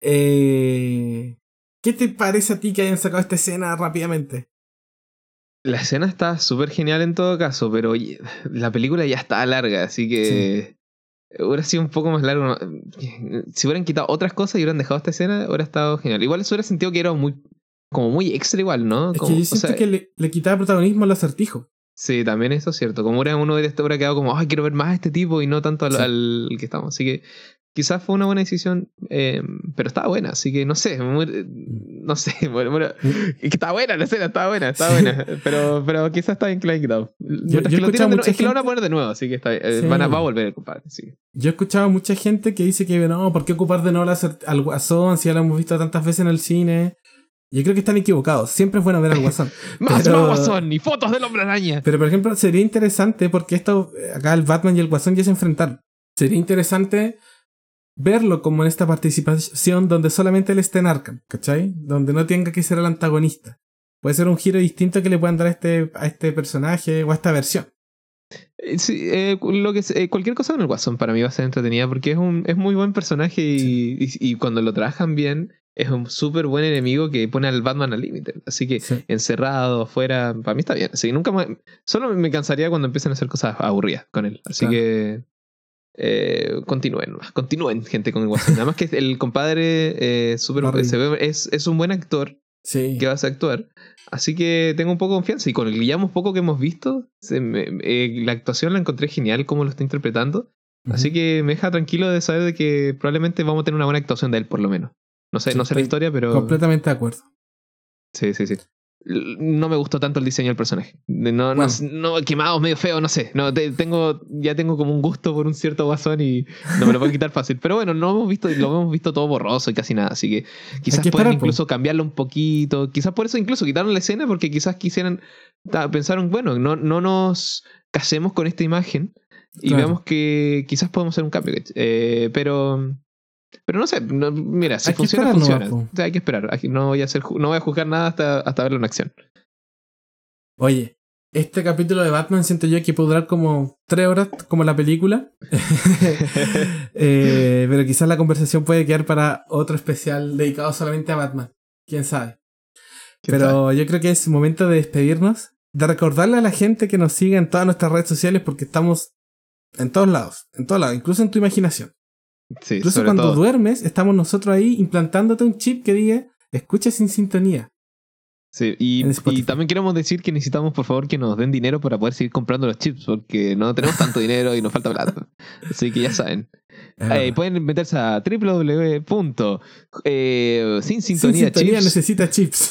B: ¿Qué te parece a ti que hayan sacado esta escena rápidamente?
A: La escena está súper genial en todo caso, pero oye, la película ya está larga, así
B: Sí.
A: que hubiera sido un poco más largo. ¿No? Si hubieran quitado otras cosas y hubieran dejado esta escena, hubiera estado genial. Igual eso hubiera sentido que era como muy extra igual, ¿no?
B: Es que yo
A: O
B: siento
A: sea,
B: que le quitaba protagonismo al acertijo.
A: sí, también eso es cierto. Como uno hubiera quedado como, ay, quiero ver más a este tipo y no tanto
B: Sí.
A: al que estamos. Así que quizás fue una buena decisión, pero estaba buena, así que no sé, no sé, bueno, es que estaba buena la escena, estaba buena,
B: Sí.
A: pero quizás está bien que la hayan quitado.
B: Yo
A: Mientras
B: he
A: que lo
B: escuchado
A: tiran
B: mucha
A: es que lo van a
B: gente.
A: poner de nuevo, así que está bien,
B: Sí.
A: va a volver el compadre, sí.
B: Yo he escuchado mucha gente que dice que no, ¿por qué ocupar de nuevo al Guasón si ya lo hemos visto tantas veces en el cine? Yo creo que están equivocados. Siempre es bueno ver al Guasón.
A: Más
B: Pero,
A: Guasón y fotos del Hombre Araña.
B: pero por ejemplo, sería interesante porque acá el Batman y el Guasón ya se enfrentaron. Sería interesante verlo como en esta participación donde solamente él esté en Arkham, ¿cachai? Donde no tenga que ser el antagonista. Puede ser un giro distinto que le puedan dar a este personaje o a esta versión.
A: Sí, cualquier cosa con el Guasón para mí va a ser entretenida porque es muy buen personaje
B: Sí.
A: y cuando lo trabajan bien es un súper buen enemigo que pone al Batman al límite. Así que
B: Sí.
A: encerrado, afuera, para mí está bien. Así que solo me cansaría cuando empiecen a hacer cosas aburridas con él. Así
B: Claro.
A: que continúen gente con el Guasón. Además que el compadre es un buen actor
B: Sí.
A: que vas a actuar. Así que tengo un poco de confianza. Y con el Guillermo poco que hemos visto, la actuación la encontré genial como lo está interpretando. Así que me deja tranquilo de saber de que probablemente vamos a tener una buena actuación de él, por lo menos. No sé,
B: Sí,
A: no sé la historia, pero...
B: completamente de acuerdo.
A: Sí. No me gustó tanto el diseño del personaje. No,
B: Bueno.
A: no quemado, medio feo, no sé. No, ya tengo como un gusto por un cierto guasón y no me lo puedo quitar fácil. Pero bueno, lo hemos visto todo borroso y casi nada. Así que quizás
B: que
A: puedan
B: esperar,
A: incluso cambiarlo un poquito. Quizás por eso incluso quitaron la escena porque quizás pensaron, bueno, no nos casemos con esta imagen y
B: Claro.
A: veamos que quizás podemos hacer un cambio. Pero no sé, mira, si
B: Hay que
A: funciona,
B: esperar
A: funciona.
B: nomás, po.
A: O sea, hay que esperar. No voy a juzgar nada hasta verlo en acción.
B: Oye, este capítulo de Batman siento yo que puede durar como 3 horas, como la película. Pero quizás la conversación puede quedar para otro especial dedicado solamente a Batman. ¿Quién sabe? Pero yo creo que es momento de despedirnos, de recordarle a la gente que nos siga en todas nuestras redes sociales porque estamos en todos lados, incluso en tu imaginación.
A: Sí,
B: incluso cuando duermes, estamos nosotros ahí implantándote un chip que diga, escucha sin sintonía.
A: Sí, y también queremos decir que necesitamos, por favor, que nos den dinero para poder seguir comprando los chips, porque no tenemos tanto dinero y nos falta plata. Así que ya saben. Pueden meterse a www.sinsintoniachips.com.
B: necesita chips.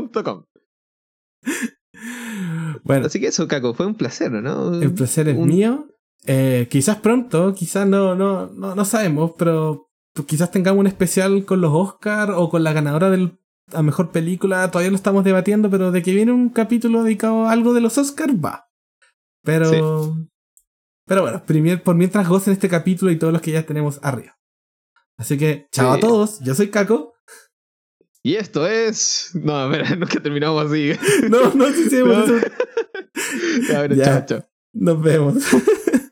B: Bueno,
A: así que eso, Caco, fue un placer, ¿no?
B: El placer es mío. Quizás pronto, quizás no sabemos, pero quizás tengamos un especial con los Oscar o con la ganadora de la mejor película. Todavía lo estamos debatiendo, pero de que viene un capítulo dedicado a algo de los Oscars, va. Pero bueno, por mientras gocen este capítulo y todos los que ya tenemos arriba. Así que, chao a todos. Yo soy Caco.
A: Y esto es... No, espera, nunca terminamos así.
B: No, sí,
A: no. Chao.
B: Nos vemos.